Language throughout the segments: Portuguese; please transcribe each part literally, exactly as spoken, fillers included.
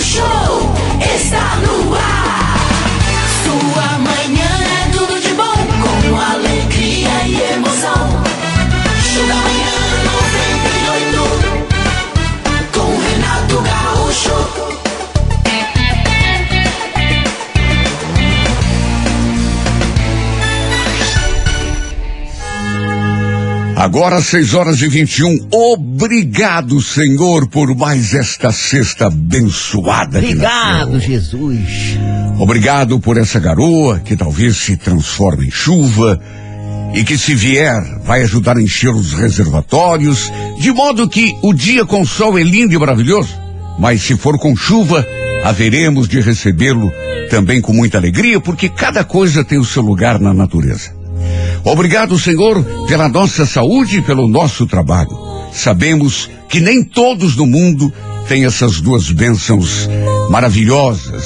Show está no ar. Sua manhã é tudo de bom, com alegria e emoção. Show da manhã noventa e oito, com Renato Gaúcho. Agora seis horas e vinte e um. Obrigado, Senhor, por mais esta sexta abençoada. Obrigado, Jesus. Obrigado por essa garoa que talvez se transforme em chuva e que, se vier, vai ajudar a encher os reservatórios, de modo que o dia com sol é lindo e maravilhoso, mas se for com chuva, haveremos de recebê-lo também com muita alegria, porque cada coisa tem o seu lugar na natureza. Obrigado, Senhor, pela nossa saúde e pelo nosso trabalho. Sabemos que nem todos no mundo têm essas duas bênçãos maravilhosas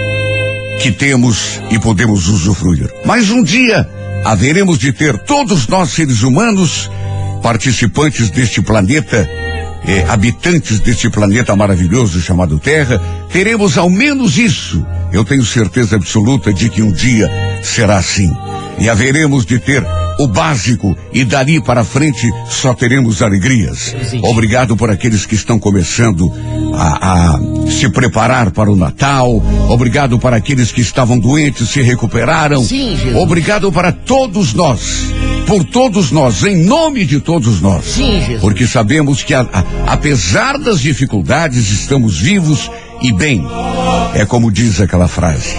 que temos e podemos usufruir. Mas um dia haveremos de ter, todos nós seres humanos, participantes deste planeta, eh, habitantes deste planeta maravilhoso chamado Terra, teremos ao menos isso. Eu tenho certeza absoluta de que um dia será assim. E haveremos de ter o básico e dali para frente só teremos alegrias. Obrigado por aqueles que estão começando a, a se preparar para o Natal. Obrigado para aqueles que estavam doentes, se recuperaram. Sim, Jesus. Obrigado para todos nós, por todos nós, em nome de todos nós. Sim, Jesus. Porque sabemos que a, a, apesar das dificuldades estamos vivos e bem. É como diz aquela frase.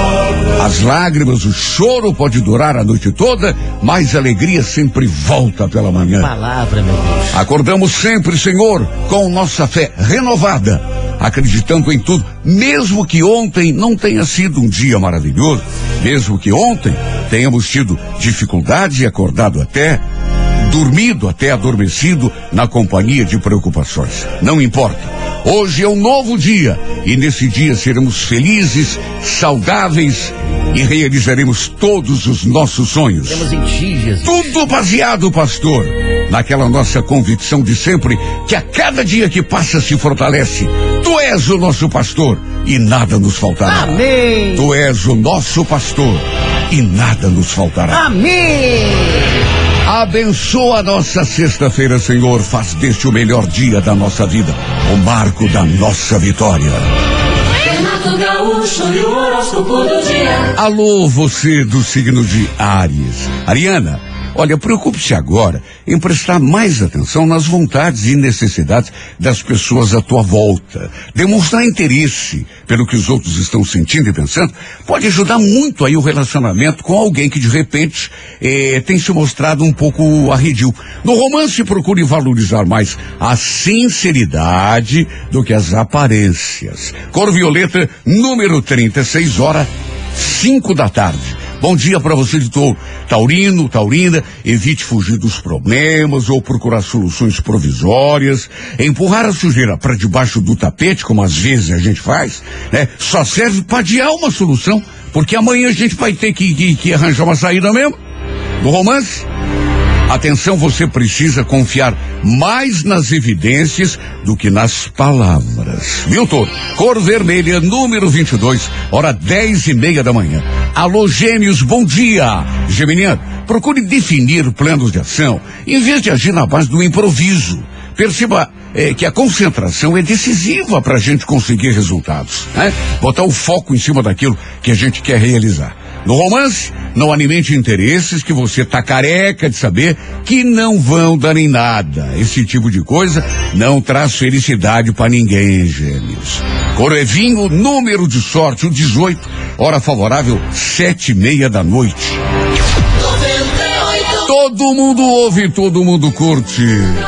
As lágrimas, o choro pode durar a noite toda, mas a alegria sempre volta pela manhã. Palavra, meu Deus. Acordamos sempre, Senhor, com nossa fé renovada, acreditando em tudo, mesmo que ontem não tenha sido um dia maravilhoso, mesmo que ontem tenhamos tido dificuldade e acordado até, dormido até adormecido na companhia de preocupações. Não importa. Hoje é um novo dia e nesse dia seremos felizes, saudáveis e realizaremos todos os nossos sonhos. Temos em ti, Jesus. Tudo baseado, pastor, naquela nossa convicção de sempre que a cada dia que passa se fortalece. Tu és o nosso pastor e nada nos faltará. Amém. Tu és o nosso pastor e nada nos faltará. Amém. Abençoa a nossa sexta-feira, Senhor. Faz deste o melhor dia da nossa vida, o marco da nossa vitória. Renato Gaúcho e o horóscopo do dia. Alô, você do signo de Áries. Ariana, olha, preocupe-se agora em prestar mais atenção nas vontades e necessidades das pessoas à tua volta. Demonstrar interesse pelo que os outros estão sentindo e pensando pode ajudar muito aí o relacionamento com alguém que de repente eh, tem se mostrado um pouco arredio. No romance, procure valorizar mais a sinceridade do que as aparências. Cor violeta, número trinta e seis, hora cinco da tarde. Bom dia para você de touro. Taurino, taurina, evite fugir dos problemas ou procurar soluções provisórias. Empurrar a sujeira para debaixo do tapete, como às vezes a gente faz, né? Só serve para adiar uma solução, porque amanhã a gente vai ter que, que, que arranjar uma saída mesmo. No romance, atenção, você precisa confiar mais nas evidências do que nas palavras. Viu, touro? Cor vermelha, número vinte e dois, hora dez e meia da manhã. Alô, gêmeos, bom dia. Geminiano, procure definir planos de ação em vez de agir na base do improviso. Perceba é, que a concentração é decisiva para a gente conseguir resultados, né? Botar o foco em cima daquilo que a gente quer realizar. No romance, não alimente interesses que você tá careca de saber que não vão dar em nada. Esse tipo de coisa não traz felicidade para ninguém, gêmeos. Cor é vinho, número de sorte, o dezoito, hora favorável, sete e meia da noite. Todo mundo ouve, todo mundo curte.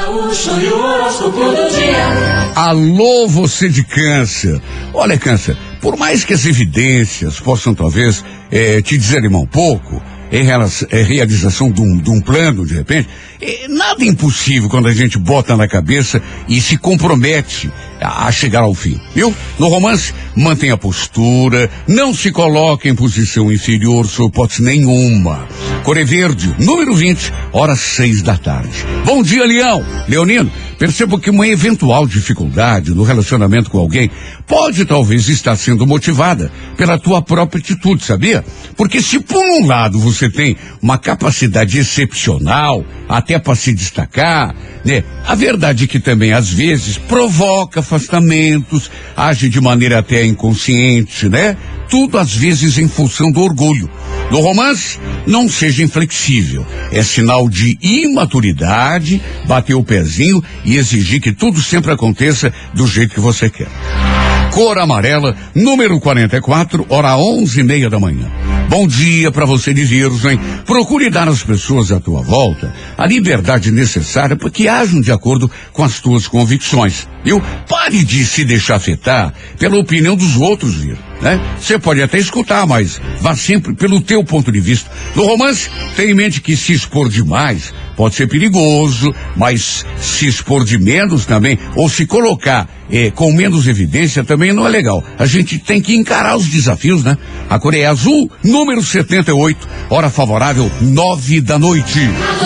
Alô, você de Câncer. Olha, Câncer, por mais que as evidências possam talvez eh, te desanimar um pouco em relação à realização de um, de um plano, de repente, eh, nada é impossível quando a gente bota na cabeça e se compromete a, a chegar ao fim, viu? No romance, mantenha a postura, não se coloque em posição inferior sob hipótese nenhuma. Cor é verde, número vinte, hora seis da tarde. Bom dia, Leão. Leonino, Perceba que uma eventual dificuldade no relacionamento com alguém pode talvez estar sendo motivada pela tua própria atitude, sabia? Porque se por um lado você tem uma capacidade excepcional, até para se destacar, né? A verdade é que também às vezes provoca afastamentos, age de maneira até inconsciente, né? Tudo às vezes em função do orgulho. No romance, não seja inflexível. É sinal de imaturidade, bater o pezinho e exigir que tudo sempre aconteça do jeito que você quer. Cor amarela, número quarenta e quatro, hora onze e meia da manhã. Bom dia para você de Virgem. Procure dar às pessoas à tua volta a liberdade necessária para que ajam de acordo com as tuas convicções, viu? Pare de se deixar afetar pela opinião dos outros, Vir, né? Você pode até escutar, mas vá sempre pelo teu ponto de vista. No romance, tenha em mente que se expor demais pode ser perigoso, mas se expor de menos também, ou se colocar eh, com menos evidência também não é legal. A gente tem que encarar os desafios, né? A cor é azul, número setenta e oito, hora favorável, nove da noite.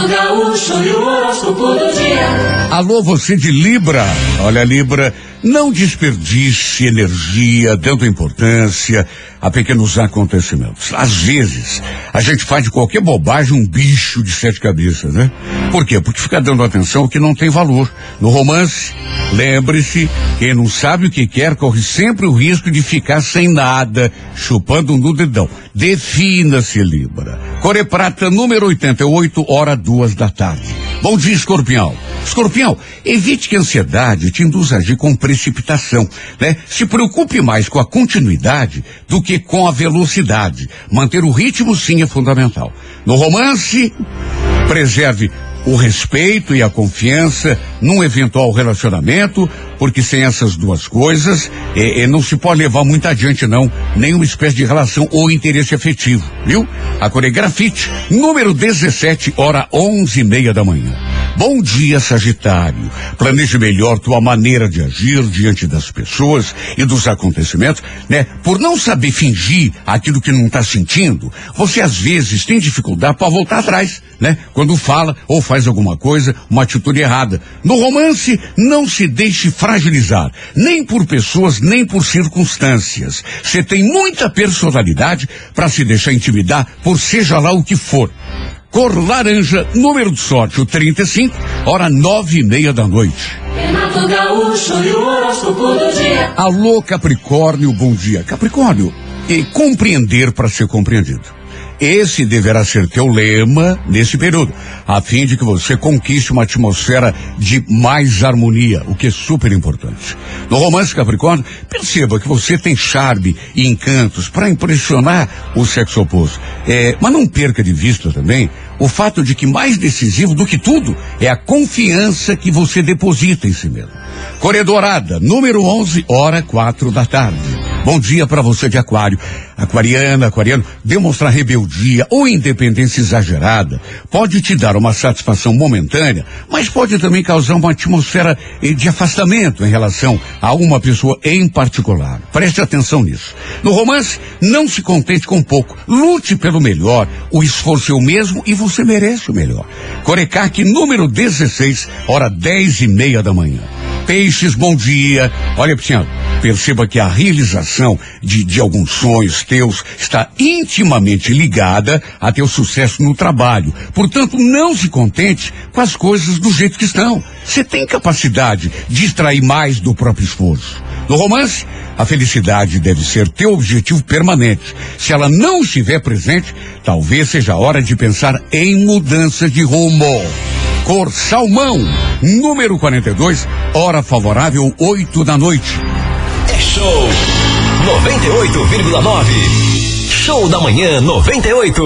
Alô, você de Libra. Olha, Libra, não desperdice energia dando importância a pequenos acontecimentos. Às vezes, a gente faz de qualquer bobagem um bicho de sete cabeças, né? Por quê? Porque fica dando atenção ao que não tem valor. No romance, lembre-se, quem não sabe o que quer corre sempre o risco de ficar sem nada, chupando no dedão. Defina-se, Libra. Cor é prata, número oitenta e oito, hora duas da tarde. Bom dia, Escorpião. Escorpião, evite que a ansiedade te induza a agir com precipitação, né? Se preocupe mais com a continuidade do que com a velocidade. Manter o ritmo, sim, é fundamental. No romance, preserve o respeito e a confiança num eventual relacionamento, porque sem essas duas coisas, é, é, não se pode levar muito adiante, não, nenhuma espécie de relação ou interesse afetivo, viu? A cor é grafite, número dezessete, hora onze e meia da manhã. Bom dia, Sagitário. Planeje melhor tua maneira de agir diante das pessoas e dos acontecimentos, né? Por não saber fingir aquilo que não está sentindo, você às vezes tem dificuldade para voltar atrás, né? Quando fala ou faz alguma coisa, uma atitude errada. No romance, não se deixe fragilizar, nem por pessoas, nem por circunstâncias. Você tem muita personalidade para se deixar intimidar por seja lá o que for. Cor laranja, número de sorte, o trinta e cinco, hora nove e meia da noite. Renato Gaúcho e o horóscopo do dia. Alô, Capricórnio, bom dia. Capricórnio, e compreender para ser compreendido. Esse deverá ser teu lema nesse período, a fim de que você conquiste uma atmosfera de mais harmonia, o que é super importante. No romance, Capricórnio, perceba que você tem charme e encantos para impressionar o sexo oposto. É, mas não perca de vista também o fato de que mais decisivo do que tudo é a confiança que você deposita em si mesmo. Cor é dourada, número onze, hora quatro da tarde. Bom dia para você de Aquário. Aquariana, aquariano, demonstrar rebeldia ou independência exagerada pode te dar uma satisfação momentânea, mas pode também causar uma atmosfera de afastamento em relação a uma pessoa em particular. Preste atenção nisso. No romance, não se contente com pouco. Lute pelo melhor. O esforço é o mesmo e você merece o melhor. Corecaque, número dezesseis, hora dez e meia da manhã. Peixes, bom dia. Olha, Pisciano, perceba que a realização de, de alguns sonhos teus está intimamente ligada a teu sucesso no trabalho. Portanto, não se contente com as coisas do jeito que estão. Você tem capacidade de extrair mais do próprio esforço. No romance, a felicidade deve ser teu objetivo permanente. Se ela não estiver presente, talvez seja a hora de pensar em mudança de rumo. Cor salmão, número quarenta e dois, hora favorável, oito da noite. É show noventa e oito vírgula nove. Show da manhã noventa e oito.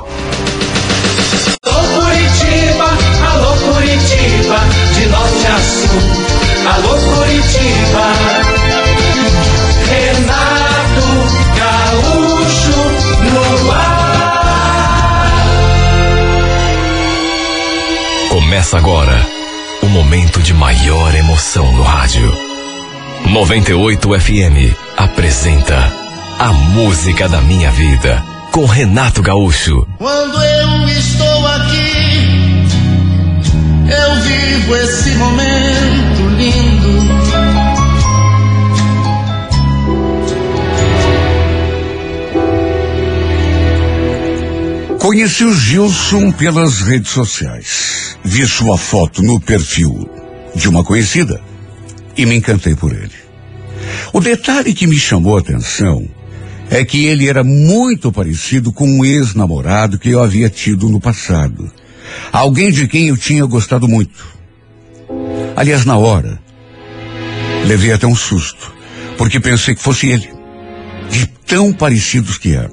Alô Curitiba, alô Curitiba, de norte a sul. Alô Curitiba, Renato Gaúcho no ar. Começa agora o momento de maior emoção no rádio. noventa e oito F M apresenta A Música da Minha Vida com Renato Gaúcho. Quando eu estou aqui, eu vivo esse momento lindo. Conheci o Gilson pelas redes sociais. Vi sua foto no perfil de uma conhecida e me encantei por ele. O detalhe que me chamou a atenção é que ele era muito parecido com um ex-namorado que eu havia tido no passado. Alguém de quem eu tinha gostado muito. Aliás, na hora, levei até um susto, porque pensei que fosse ele, de tão parecidos que eram.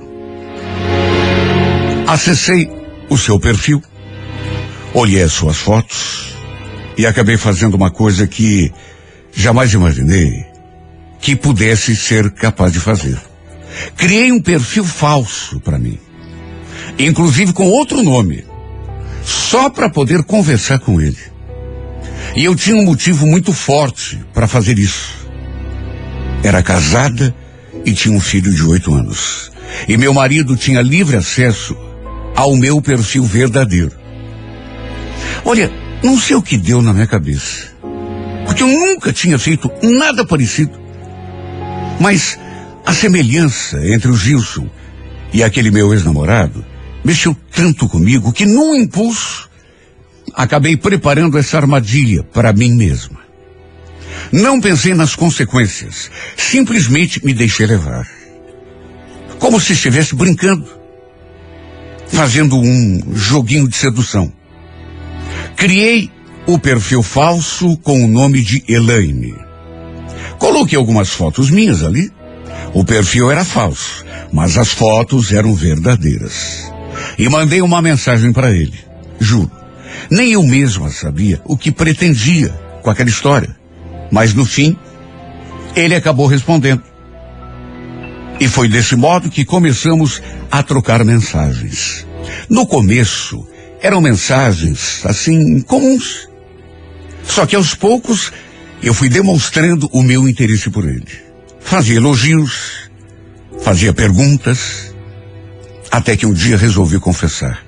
Acessei o seu perfil, olhei as suas fotos e acabei fazendo uma coisa que jamais imaginei que pudesse ser capaz de fazer. Criei um perfil falso para mim, inclusive com outro nome, só para poder conversar com ele. E eu tinha um motivo muito forte para fazer isso. Era casada e tinha um filho de oito anos. E meu marido tinha livre acesso ao meu perfil verdadeiro. Olha, não sei o que deu na minha cabeça, porque eu nunca tinha feito nada parecido. Mas a semelhança entre o Gilson e aquele meu ex-namorado mexeu tanto comigo que, num impulso, acabei preparando essa armadilha para mim mesma. Não pensei nas consequências, simplesmente me deixei levar. Como se estivesse brincando, fazendo um joguinho de sedução. Criei o perfil falso com o nome de Elaine. Coloquei algumas fotos minhas ali. O perfil era falso, mas as fotos eram verdadeiras. E mandei uma mensagem para ele. Juro, nem eu mesma sabia o que pretendia com aquela história. Mas no fim, ele acabou respondendo. E foi desse modo que começamos a trocar mensagens. No começo, eram mensagens, assim, comuns. Só que aos poucos, eu fui demonstrando o meu interesse por ele. Fazia elogios, fazia perguntas, até que um dia resolvi confessar.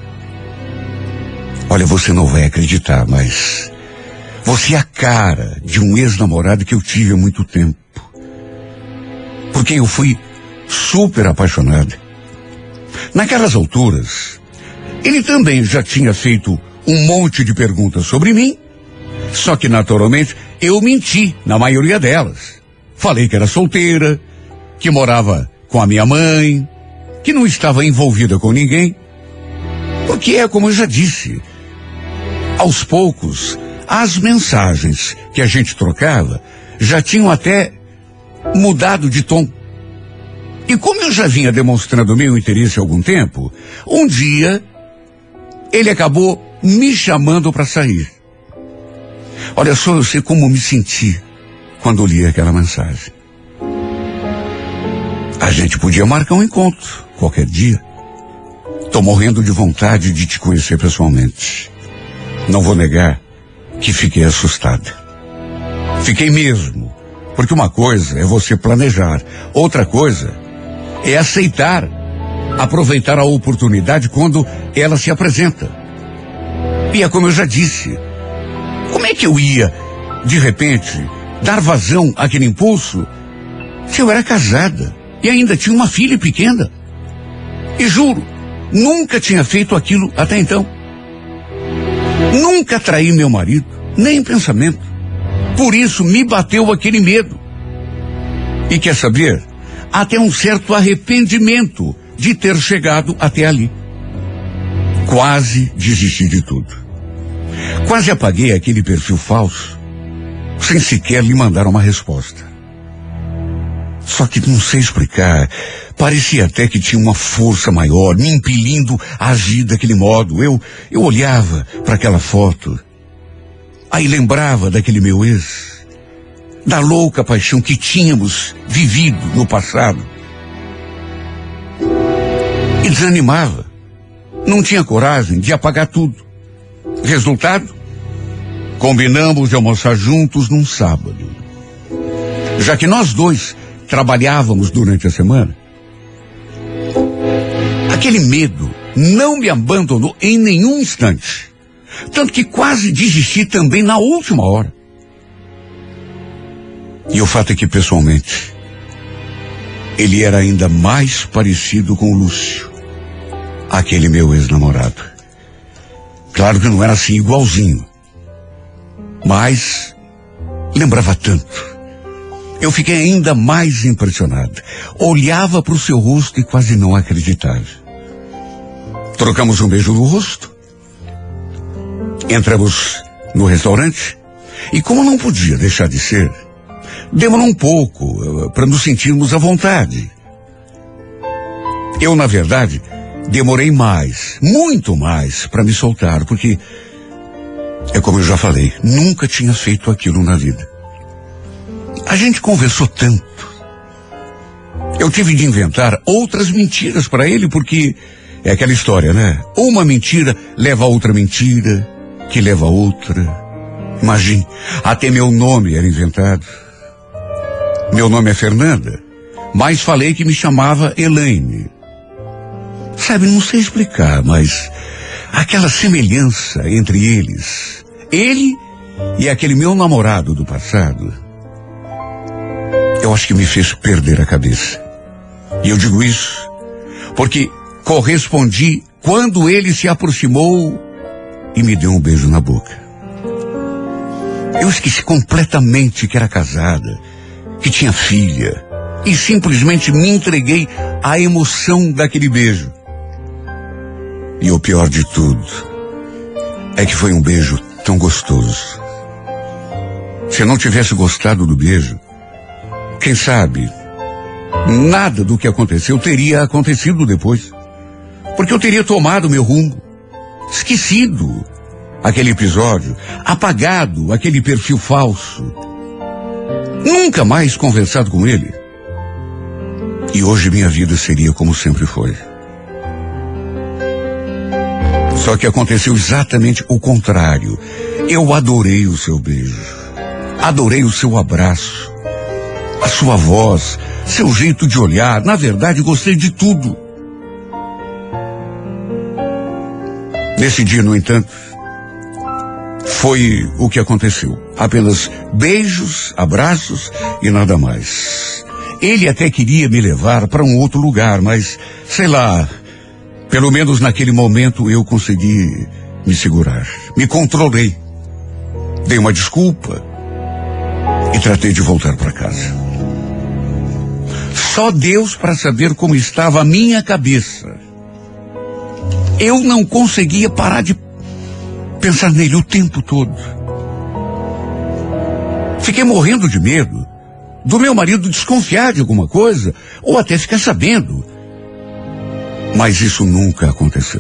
Olha, você não vai acreditar, mas você é a cara de um ex-namorado que eu tive há muito tempo. Porque eu fui super apaixonado. Naquelas alturas, ele também já tinha feito um monte de perguntas sobre mim, só que naturalmente eu menti na maioria delas. Falei que era solteira, que morava com a minha mãe, que não estava envolvida com ninguém. Porque é como eu já disse, aos poucos, as mensagens que a gente trocava já tinham até mudado de tom. E como eu já vinha demonstrando meu interesse há algum tempo, um dia ele acabou me chamando para sair. Olha só, eu sei como me senti quando li aquela mensagem. A gente podia marcar um encontro qualquer dia. Tô morrendo de vontade de te conhecer pessoalmente. Não vou negar que fiquei assustada. Fiquei mesmo, porque uma coisa é você planejar, outra coisa é aceitar, aproveitar a oportunidade quando ela se apresenta. E é como eu já disse, como é que eu ia, de repente, dar vazão àquele impulso se eu era casada e ainda tinha uma filha pequena? E juro, nunca tinha feito aquilo até então. Nunca traí meu marido, nem em pensamento. Por isso me bateu aquele medo. E quer saber? Até um certo arrependimento de ter chegado até ali. Quase desisti de tudo. Quase apaguei aquele perfil falso, sem sequer lhe mandar uma resposta. Só que não sei explicar, parecia até que tinha uma força maior, me impelindo a agir daquele modo. Eu, eu olhava para aquela foto, aí lembrava daquele meu ex, da louca paixão que tínhamos vivido no passado. E desanimava. Não tinha coragem de apagar tudo. Resultado? Combinamos de almoçar juntos num sábado. Já que nós dois trabalhávamos durante a semana, aquele medo não me abandonou em nenhum instante. Tanto que quase desisti também na última hora. E o fato é que, pessoalmente, ele era ainda mais parecido com o Lúcio, aquele meu ex-namorado. Claro que não era assim igualzinho, mas lembrava tanto. Eu fiquei ainda mais impressionado. Olhava para o seu rosto e quase não acreditava. Trocamos um beijo no rosto. Entramos no restaurante e, como não podia deixar de ser, demorou um pouco para nos sentirmos à vontade. Eu, na verdade, demorei mais, muito mais, para me soltar, porque, é como eu já falei, nunca tinha feito aquilo na vida. A gente conversou tanto. Eu tive de inventar outras mentiras para ele, porque é aquela história, né? Uma mentira leva a outra mentira, que leva a outra. Imagine, até meu nome era inventado. Meu nome é Fernanda, mas falei que me chamava Elaine. Sabe, não sei explicar, mas aquela semelhança entre eles, ele e aquele meu namorado do passado, eu acho que me fez perder a cabeça. E eu digo isso porque correspondi quando ele se aproximou e me deu um beijo na boca. Eu esqueci completamente que era casada, que tinha filha, e simplesmente me entreguei à emoção daquele beijo. E o pior de tudo é que foi um beijo tão gostoso. Se eu não tivesse gostado do beijo, quem sabe, nada do que aconteceu teria acontecido depois. Porque eu teria tomado meu rumo, esquecido aquele episódio, apagado aquele perfil falso, nunca mais conversado com ele. E hoje minha vida seria como sempre foi. Só que aconteceu exatamente o contrário. Eu adorei o seu beijo, adorei o seu abraço, a sua voz, seu jeito de olhar. Na verdade, gostei de tudo. Nesse dia, no entanto, foi o que aconteceu. Apenas beijos, abraços e nada mais. Ele até queria me levar para um outro lugar, mas, sei lá, pelo menos naquele momento eu consegui me segurar. Me controlei. Dei uma desculpa e tratei de voltar para casa. Só Deus para saber como estava a minha cabeça. Eu não conseguia parar de pensar nele o tempo todo. Fiquei morrendo de medo do meu marido desconfiar de alguma coisa ou até ficar sabendo. Mas isso nunca aconteceu.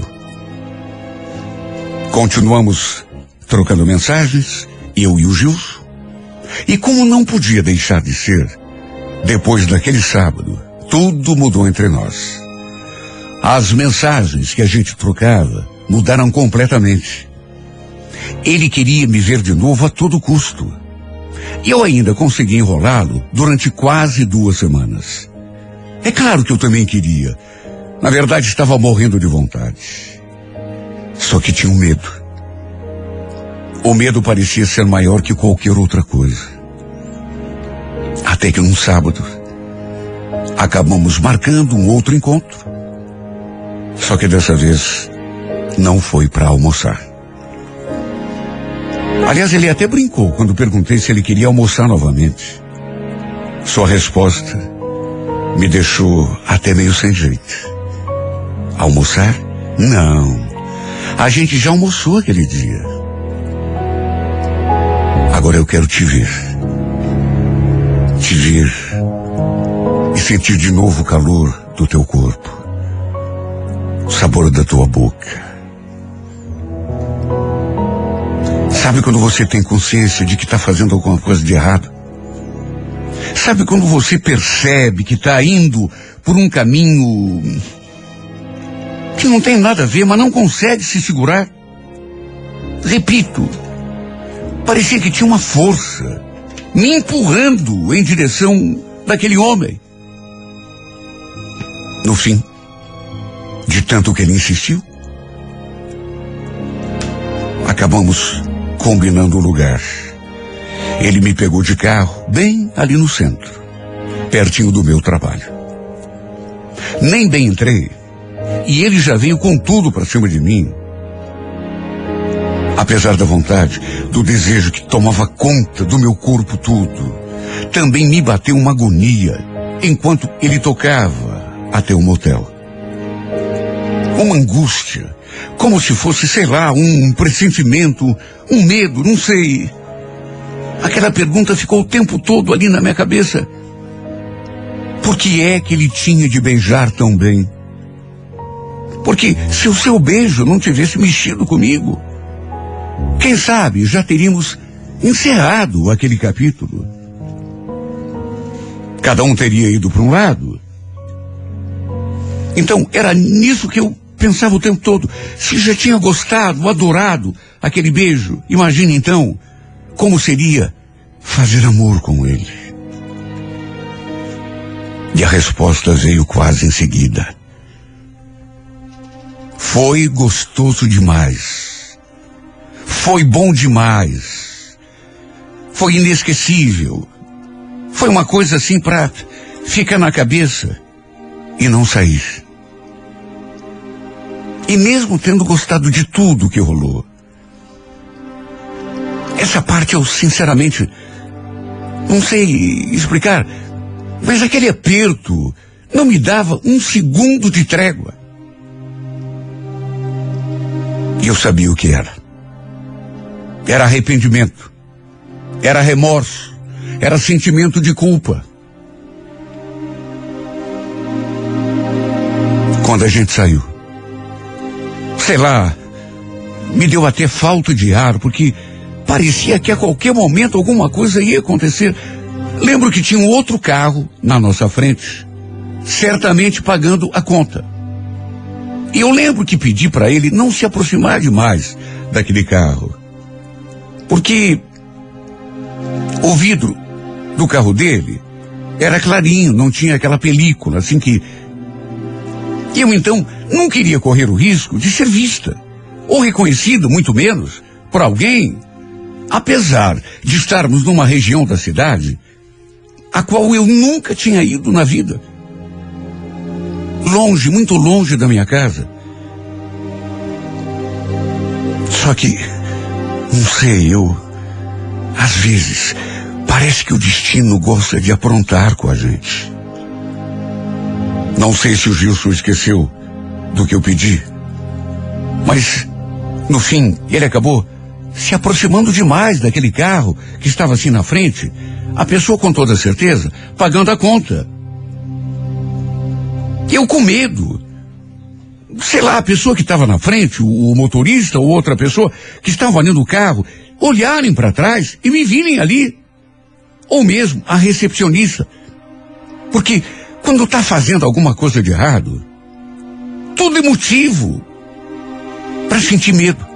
Continuamos trocando mensagens, eu e o Gilson. E como não podia deixar de ser, depois daquele sábado, tudo mudou entre nós. As mensagens que a gente trocava mudaram completamente. Ele queria me ver de novo a todo custo. E eu ainda consegui enrolá-lo durante quase duas semanas. É claro que eu também queria. Na verdade, estava morrendo de vontade. Só que tinha um medo. O medo parecia ser maior que qualquer outra coisa. Até que num sábado, acabamos marcando um outro encontro. Só que dessa vez, não foi para almoçar. Aliás, ele até brincou quando perguntei se ele queria almoçar novamente. Sua resposta me deixou até meio sem jeito. Almoçar? Não. A gente já almoçou aquele dia. Agora eu quero te ver. Te ver e sentir de novo o calor do teu corpo. O sabor da tua boca. Sabe quando você tem consciência de que está fazendo alguma coisa de errado? Sabe quando você percebe que está indo por um caminho que não tem nada a ver, mas não consegue se segurar? Repito, parecia que tinha uma força me empurrando em direção daquele homem. No fim, de tanto que ele insistiu, Acabamos combinando o lugar. Ele me pegou de carro, bem ali no centro, pertinho do meu trabalho. Nem bem entrei, e ele já veio com tudo para cima de mim. Apesar da vontade, do desejo que tomava conta do meu corpo tudo, também me bateu uma agonia enquanto ele tocava até o motel. Uma angústia, como se fosse, sei lá, um pressentimento, um medo, não sei. Aquela pergunta ficou o tempo todo ali na minha cabeça. Por que é que ele tinha de beijar tão bem? Porque se o seu beijo não tivesse mexido comigo, quem sabe já teríamos encerrado aquele capítulo. Cada um teria ido para um lado. Então, era nisso que eu pensava o tempo todo. Se já tinha gostado, adorado aquele beijo, imagine então como seria fazer amor com ele. E a resposta veio quase em seguida. Foi gostoso demais. Foi bom demais. Foi inesquecível. Foi uma coisa assim para ficar na cabeça e não sair. E mesmo tendo gostado de tudo que rolou, essa parte eu sinceramente não sei explicar, mas aquele aperto não me dava um segundo de trégua. E eu sabia o que era. Era arrependimento, era remorso, era sentimento de culpa. Quando a gente saiu, sei lá, me deu até falta de ar, porque parecia que a qualquer momento alguma coisa ia acontecer. Lembro que tinha um outro carro na nossa frente, certamente pagando a conta. E eu lembro que pedi para ele não se aproximar demais daquele carro, porque o vidro do carro dele era clarinho, não tinha aquela película, assim que... Eu então não queria correr o risco de ser vista, ou reconhecido, muito menos, por alguém, apesar de estarmos numa região da cidade a qual eu nunca tinha ido na vida. Longe, muito longe da minha casa. Só que, não sei, eu, às vezes, parece que o destino gosta de aprontar com a gente. Não sei se o Gilson esqueceu do que eu pedi, mas, no fim, ele acabou se aproximando demais daquele carro que estava assim na frente, a pessoa com toda certeza pagando a conta. Eu com medo. Sei lá, a pessoa que estava na frente, o, o motorista ou outra pessoa que estava ali no carro, olharem para trás e me virem ali. Ou mesmo a recepcionista. Porque quando está fazendo alguma coisa de errado, tudo é motivo para sentir medo.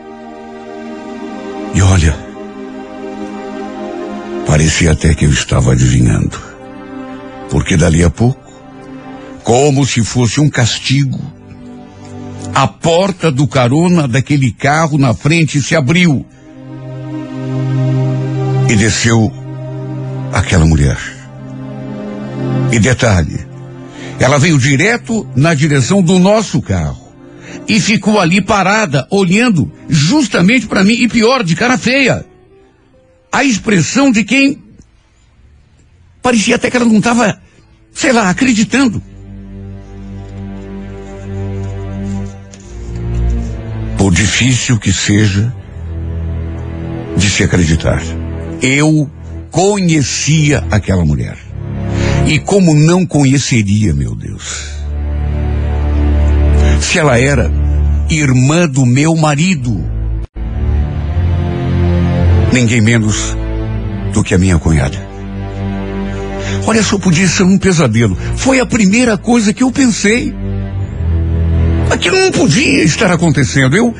E olha, parecia até que eu estava adivinhando. Porque dali a pouco, como se fosse um castigo, a porta do carona daquele carro na frente se abriu. E desceu aquela mulher. E detalhe, ela veio direto na direção do nosso carro. E ficou ali parada, olhando justamente para mim, e pior, de cara feia. A expressão de quem parecia até que ela não estava, sei lá, acreditando. Por difícil que seja de se acreditar, eu conhecia aquela mulher. E como não conheceria, meu Deus? Se ela era irmã do meu marido, ninguém menos do que a minha cunhada. Olha, só podia ser um pesadelo. Foi a primeira coisa que eu pensei. Aquilo não podia estar acontecendo. Eu,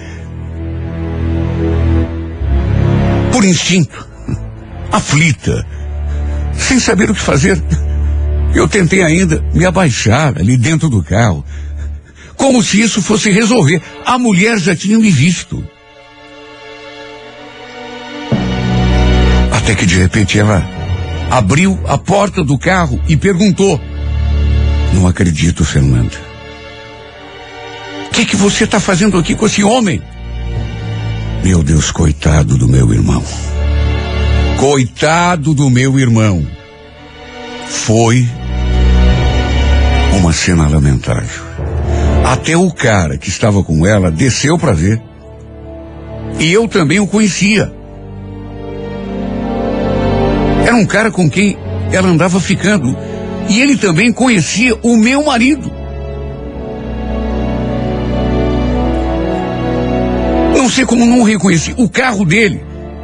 por instinto, aflita, sem saber o que fazer, eu tentei ainda me abaixar ali dentro do carro, como se isso fosse resolver. A mulher já tinha me visto. Até que de repente ela abriu a porta do carro e perguntou: não acredito, Fernanda. O que, que você está fazendo aqui com esse homem? Meu Deus, coitado do meu irmão. Coitado do meu irmão. Foi uma cena lamentável. Até o cara que estava com ela desceu para ver. E eu também o conhecia. Era um cara com quem ela andava ficando. E ele também conhecia o meu marido. Não sei como não reconheci o carro dele.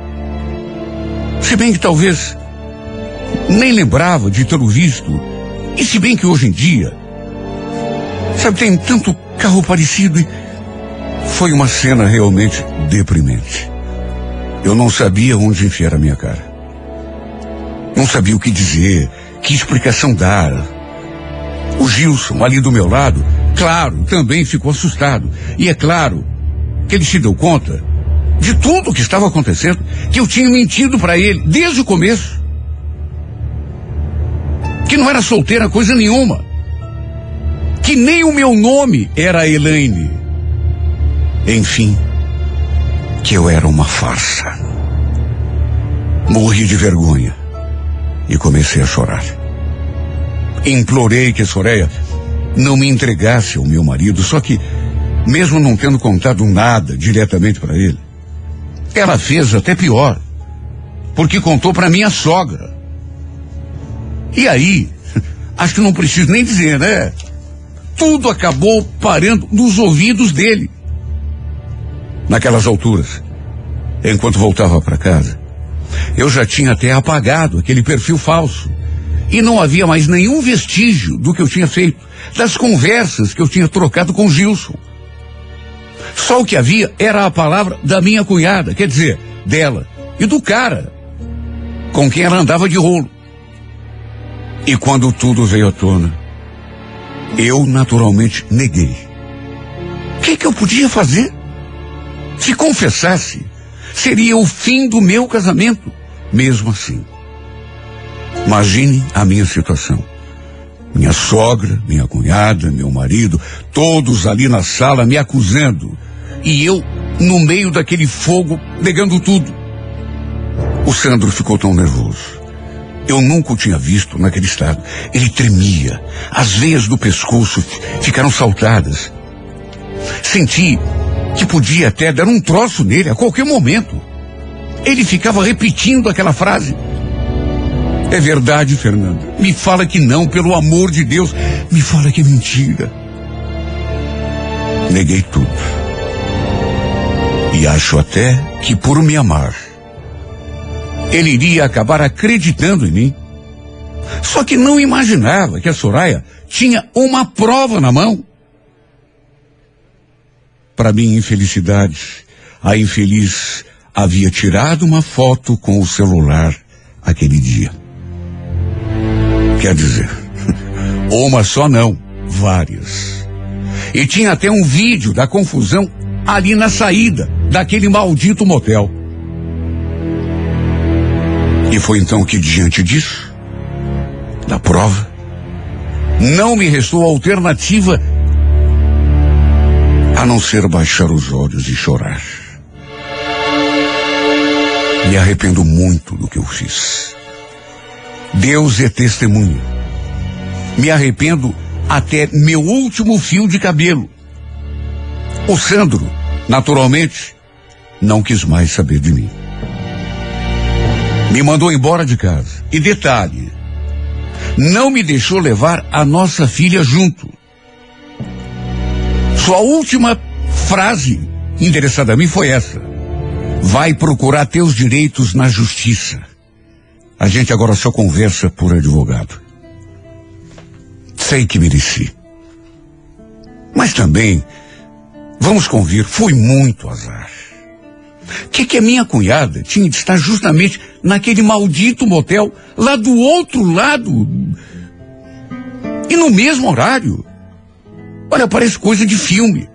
Se bem que talvez nem lembrava de tê-lo visto. E se bem que hoje em dia, sabe, tem tanto carro parecido. E foi uma cena realmente deprimente. Eu não sabia onde enfiar a minha cara. Não sabia o que dizer, que explicação dar. O Gilson, ali do meu lado, claro, também ficou assustado. E é claro que ele se deu conta de tudo o que estava acontecendo, que eu tinha mentido para ele desde o começo. Que não era solteira coisa nenhuma. Que nem o meu nome era Elaine. Enfim, que eu era uma farsa. Morri de vergonha e comecei a chorar. Implorei que a Soreia não me entregasse ao meu marido, só que, mesmo não tendo contado nada diretamente para ele, ela fez até pior, porque contou para minha sogra. E aí, acho que não preciso nem dizer, né? Tudo acabou parando nos ouvidos dele. Naquelas alturas, enquanto voltava para casa, eu já tinha até apagado aquele perfil falso. E não havia mais nenhum vestígio do que eu tinha feito, das conversas que eu tinha trocado com Gilson. Só o que havia era a palavra da minha cunhada, quer dizer, dela, e do cara com quem ela andava de rolo. E quando tudo veio à tona, eu naturalmente neguei. O que, que eu podia fazer? Se confessasse, seria o fim do meu casamento. Mesmo assim, imagine a minha situação. Minha sogra, minha cunhada, meu marido, todos ali na sala me acusando. E eu, no meio daquele fogo, negando tudo. O Sandro ficou tão nervoso. Eu nunca o tinha visto naquele estado. Ele tremia. As veias do pescoço ficaram saltadas. Senti que podia até dar um troço nele a qualquer momento. Ele ficava repetindo aquela frase. É verdade, Fernanda. Me fala que não, pelo amor de Deus. Me fala que é mentira. Neguei tudo. E acho até que por me amar, ele iria acabar acreditando em mim. Só que não imaginava que a Soraya tinha uma prova na mão. Para minha infelicidade, a infeliz havia tirado uma foto com o celular aquele dia. Quer dizer, uma só não, várias. E tinha até um vídeo da confusão ali na saída daquele maldito motel. E foi então que, diante disso, da prova, não me restou alternativa a não ser baixar os olhos e chorar. Me arrependo muito do que eu fiz. Deus é testemunha. Me arrependo até meu último fio de cabelo. O Sandro, naturalmente, não quis mais saber de mim. Me mandou embora de casa. E detalhe, não me deixou levar a nossa filha junto. Sua última frase endereçada a mim foi essa: vai procurar teus direitos na justiça. A gente agora só conversa por advogado. Sei que mereci. Mas também, vamos convir, foi muito azar. O que, que a minha cunhada tinha de estar justamente naquele maldito motel, lá do outro lado, e no mesmo horário? Olha, parece coisa de filme.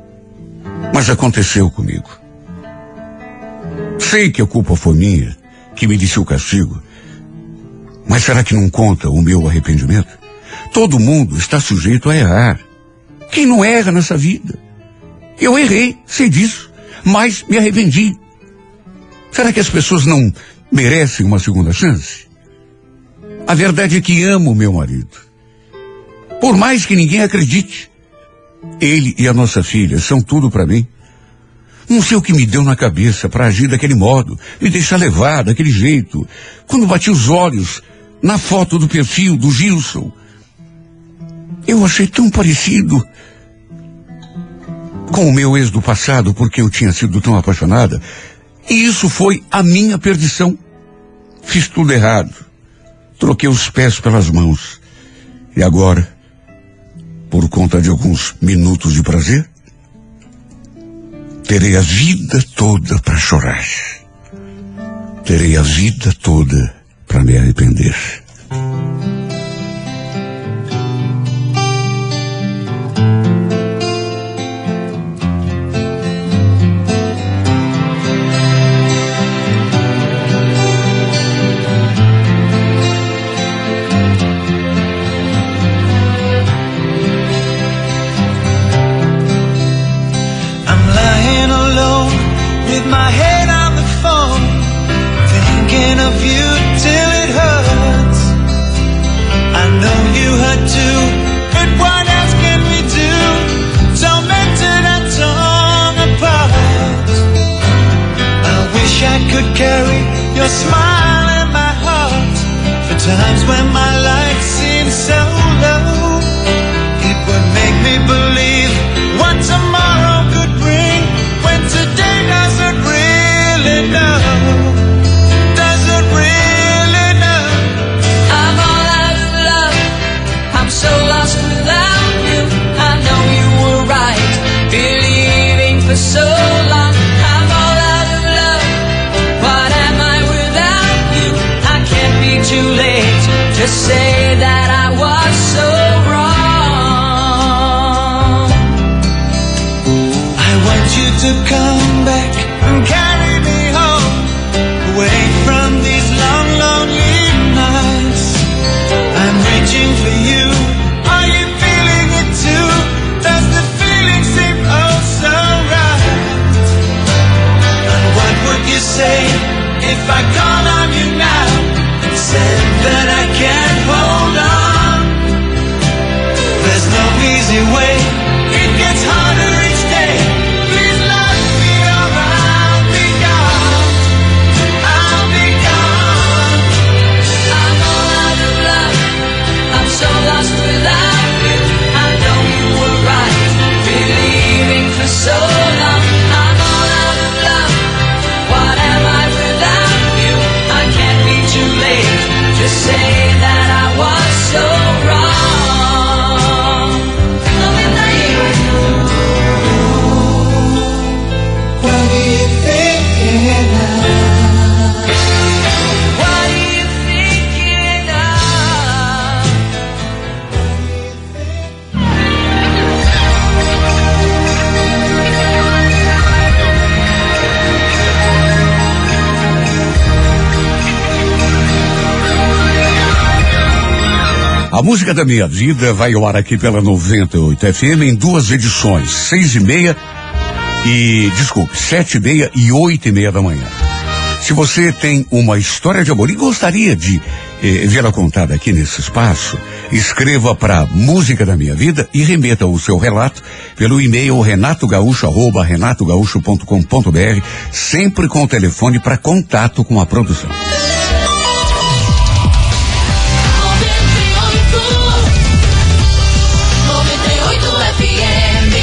Mas aconteceu comigo. Sei que a culpa foi minha, que me o castigo. Mas será que não conta o meu arrependimento? Todo mundo está sujeito a errar. Quem não erra nessa vida? Eu errei, sei disso, mas me arrependi. Será que as pessoas não merecem uma segunda chance? A verdade é que amo meu marido. Por mais que ninguém acredite, ele e a nossa filha são tudo para mim. Não sei o que me deu na cabeça para agir daquele modo, me deixar levar daquele jeito. Quando bati os olhos na foto do perfil do Gilson, eu achei tão parecido com o meu ex do passado, porque eu tinha sido tão apaixonada. E isso foi a minha perdição. Fiz tudo errado. Troquei os pés pelas mãos. E agora, por conta de alguns minutos de prazer, terei a vida toda para chorar. Terei a vida toda para me arrepender. My head on the phone, thinking of you till it hurts. I know you hurt too, but what else can we do? Tormented and torn apart. I wish I could carry your smile in my heart for times when my life seems so low. It would make me believe what tomorrow could bring when today doesn't really know, doesn't really know. I'm all out of love, I'm so lost without you. I know you were right, believing for so long. I'm all out of love, what am I without you? I can't be too late to say that I was so wrong. I want you to come back and carry me home, away from these long, lonely nights. I'm reaching for you, are you feeling it too? Does the feeling seem oh so right? And what would you say if I call on you now and said that I can't hold on? There's no easy way, it gets harder each day. Please love me or I'll be gone, I'll be gone. I'm all out of love, I'm so lost without you. I know you were right, believing for so long. I'm all out of love, what am I without you? I can't be too late to say that I was so wrong. What do you think now? What are you thinking of? A música da minha vida vai ao ar aqui pela noventa e oito F M em duas edições, seis e meia e, desculpe, sete e meia e oito e meia da manhã. Se você tem uma história de amor e gostaria de eh, vê-la contada aqui nesse espaço, escreva para Música da Minha Vida e remeta o seu relato pelo e-mail renatogaúcho arroba renatogaúcho ponto com ponto br, sempre com o telefone para contato com a produção. noventa e oito F M.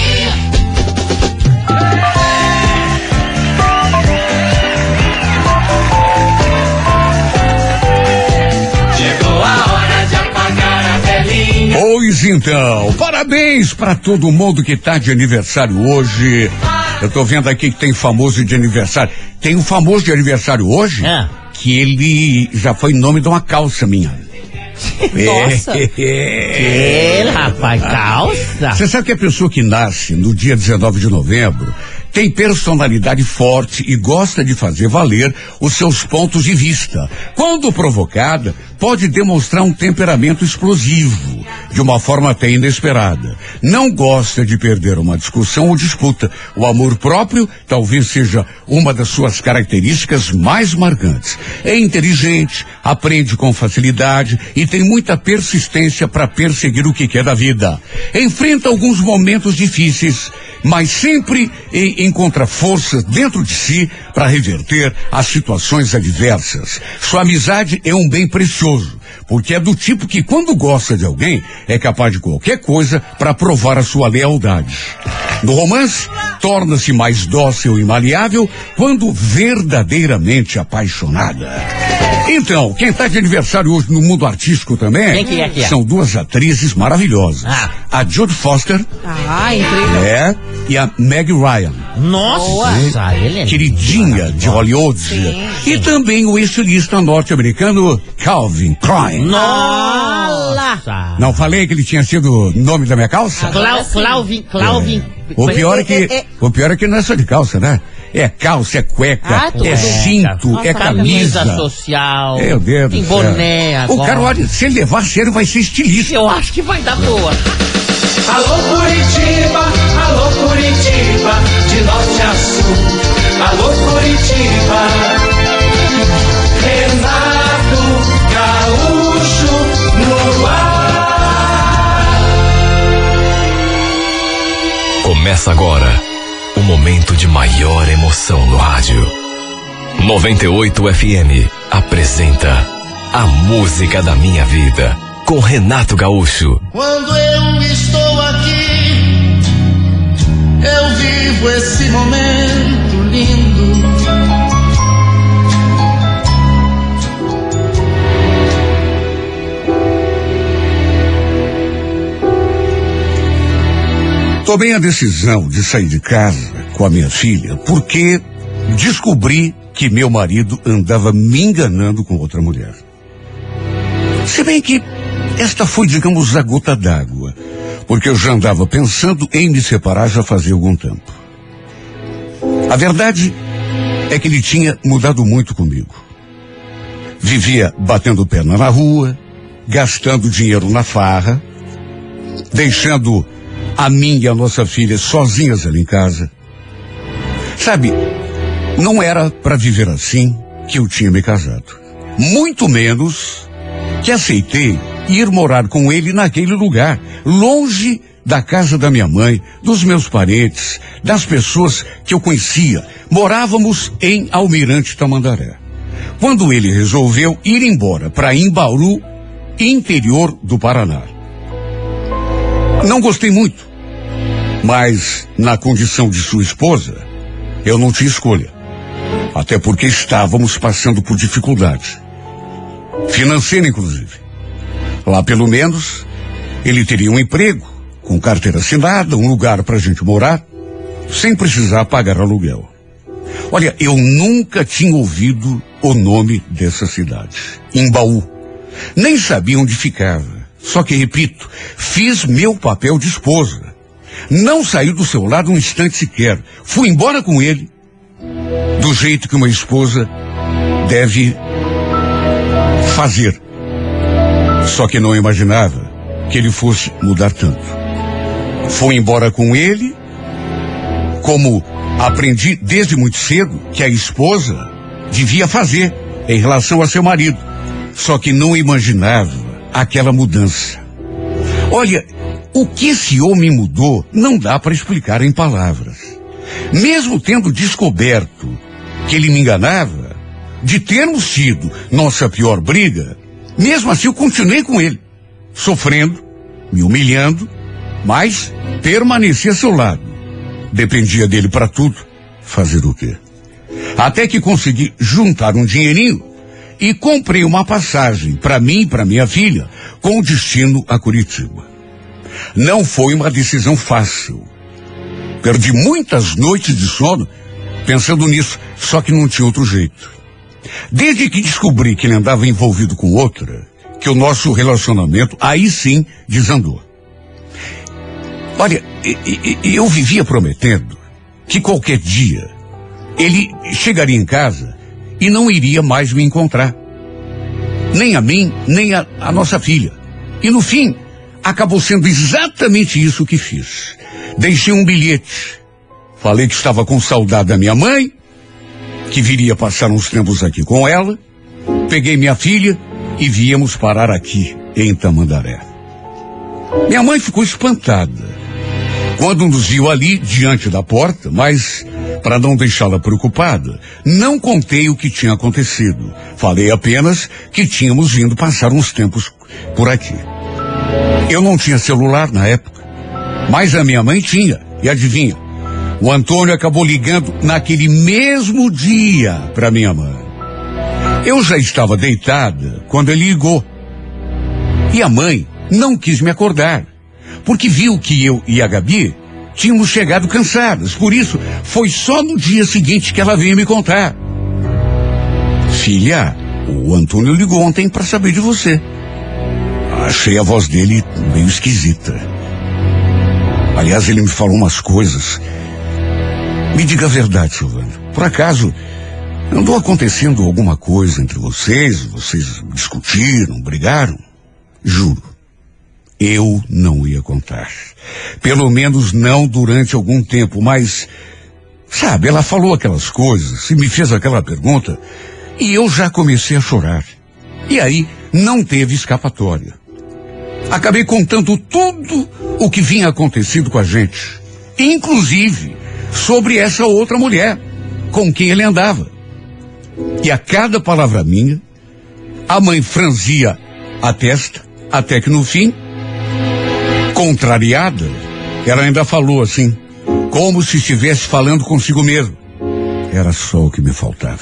Chegou a hora de apagar a velhinha. Pois então, parabéns para todo mundo que tá de aniversário hoje. Eu tô vendo aqui que tem famoso de aniversário. Tem um famoso de aniversário hoje É. que ele já foi nome de uma calça minha. Nossa. Que, rapaz, calça. Você sabe que a pessoa que nasce no dia dezenove de novembro tem personalidade forte e gosta de fazer valer os seus pontos de vista. Quando provocada, pode demonstrar um temperamento explosivo, de uma forma até inesperada. Não gosta de perder uma discussão ou disputa. O amor próprio talvez seja uma das suas características mais marcantes. É inteligente, aprende com facilidade e tem muita persistência para perseguir o que quer da vida. Enfrenta alguns momentos difíceis, mas sempre em encontra forças dentro de si para reverter as situações adversas. Sua amizade é um bem precioso, porque é do tipo que, quando gosta de alguém, é capaz de qualquer coisa para provar a sua lealdade. No romance, torna-se mais dócil e maleável quando verdadeiramente apaixonada. Então, quem está de aniversário hoje no mundo artístico também Quem que é que é? são duas atrizes maravilhosas. Ah. A Jodie Foster Ah, incrível. é, e a Meg Ryan. Nossa, ele é Queridinha de Hollywood. Sim, E também o estilista norte-americano Calvin Klein. Nossa. Não falei que ele tinha sido o nome da minha calça? Clau, Clauvin, Clauvin. O pior é que, É, é, é. o pior é que não é só de calça, né? É calça, é cueca, Ah, tudo. é cinto, Nossa, é Camisa camisa. social. Meu Deus do Tem céu. boné O agora. cara, olha, se ele levar a sério, vai ser estilista. Eu acho que vai dar boa. Alô Curitiba, alô Curitiba, de norte a sul. Alô Curitiba, Renato Gaúcho no ar. Começa agora o momento de maior emoção no rádio. noventa e oito F M apresenta A Música da Minha Vida, com Renato Gaúcho. Quando eu estou aqui, eu vivo esse momento lindo. Tomei a decisão de sair de casa com a minha filha porque descobri que meu marido andava me enganando com outra mulher. Se bem que esta foi, digamos, a gota d'água, porque eu já andava pensando em me separar já fazia algum tempo. A verdade é que ele tinha mudado muito comigo. Vivia batendo perna na rua, gastando dinheiro na farra, deixando a mim e a nossa filha sozinhas ali em casa. Sabe, não era para viver assim que eu tinha me casado. Muito menos que aceitei ir morar com ele naquele lugar, longe da casa da minha mãe, dos meus parentes, das pessoas que eu conhecia. Morávamos em Almirante Tamandaré. Quando ele resolveu ir embora para Imbauru, interior do Paraná. Não gostei muito, mas na condição de sua esposa, eu não tinha escolha. Até porque estávamos passando por dificuldade. Financeira, inclusive. Lá, pelo menos, ele teria um emprego, com carteira assinada, um lugar para a gente morar, sem precisar pagar aluguel. Olha, eu nunca tinha ouvido o nome dessa cidade, Imbaú. Nem sabia onde ficava. Só que, repito, fiz meu papel de esposa. Não saí do seu lado um instante sequer. Fui embora com ele, do jeito que uma esposa deve fazer. Só que não imaginava que ele fosse mudar tanto. Fui embora com ele, como aprendi desde muito cedo que a esposa devia fazer em relação a seu marido. Só que não imaginava aquela mudança. Olha, o que esse homem mudou não dá para explicar em palavras. Mesmo tendo descoberto que ele me enganava, de termos tido nossa pior briga, mesmo assim eu continuei com ele, sofrendo, me humilhando, mas permaneci a seu lado. Dependia dele para tudo. Fazer o quê? Até que consegui juntar um dinheirinho e comprei uma passagem para mim e para minha filha, com destino a Curitiba. Não foi uma decisão fácil. Perdi muitas noites de sono pensando nisso, só que não tinha outro jeito. Desde que descobri que ele andava envolvido com outra, que o nosso relacionamento aí sim desandou. Olha, eu vivia prometendo que qualquer dia ele chegaria em casa e não iria mais me encontrar. Nem a mim, nem a, a nossa filha. E no fim, acabou sendo exatamente isso que fiz. Deixei um bilhete. Falei que estava com saudade da minha mãe, que viria passar uns tempos aqui com ela. Peguei minha filha e viemos parar aqui, em Tamandaré. Minha mãe ficou espantada quando nos viu ali diante da porta, mas, para não deixá-la preocupada, não contei o que tinha acontecido. Falei apenas que tínhamos vindo passar uns tempos por aqui. Eu não tinha celular na época, mas a minha mãe tinha, e adivinha? O Antônio acabou ligando naquele mesmo dia para minha mãe. Eu já estava deitada quando ele ligou. E a mãe não quis me acordar, porque viu que eu e a Gabi tínhamos chegado cansadas. Por isso, foi só no dia seguinte que ela veio me contar. Filha, o Antônio ligou ontem para saber de você. Achei a voz dele meio esquisita. Aliás, ele me falou umas coisas. Me diga a verdade, Silvana. Por acaso, andou acontecendo alguma coisa entre vocês? Vocês discutiram, brigaram? Juro, eu não ia contar. Pelo menos não durante algum tempo, mas, sabe, ela falou aquelas coisas e me fez aquela pergunta e eu já comecei a chorar. E aí, não teve escapatória. Acabei contando tudo o que vinha acontecido com a gente, inclusive sobre essa outra mulher com quem ele andava. E a cada palavra minha, a mãe franzia a testa, até que no fim, contrariada, ela ainda falou assim, como se estivesse falando consigo mesmo. Era só o que me faltava.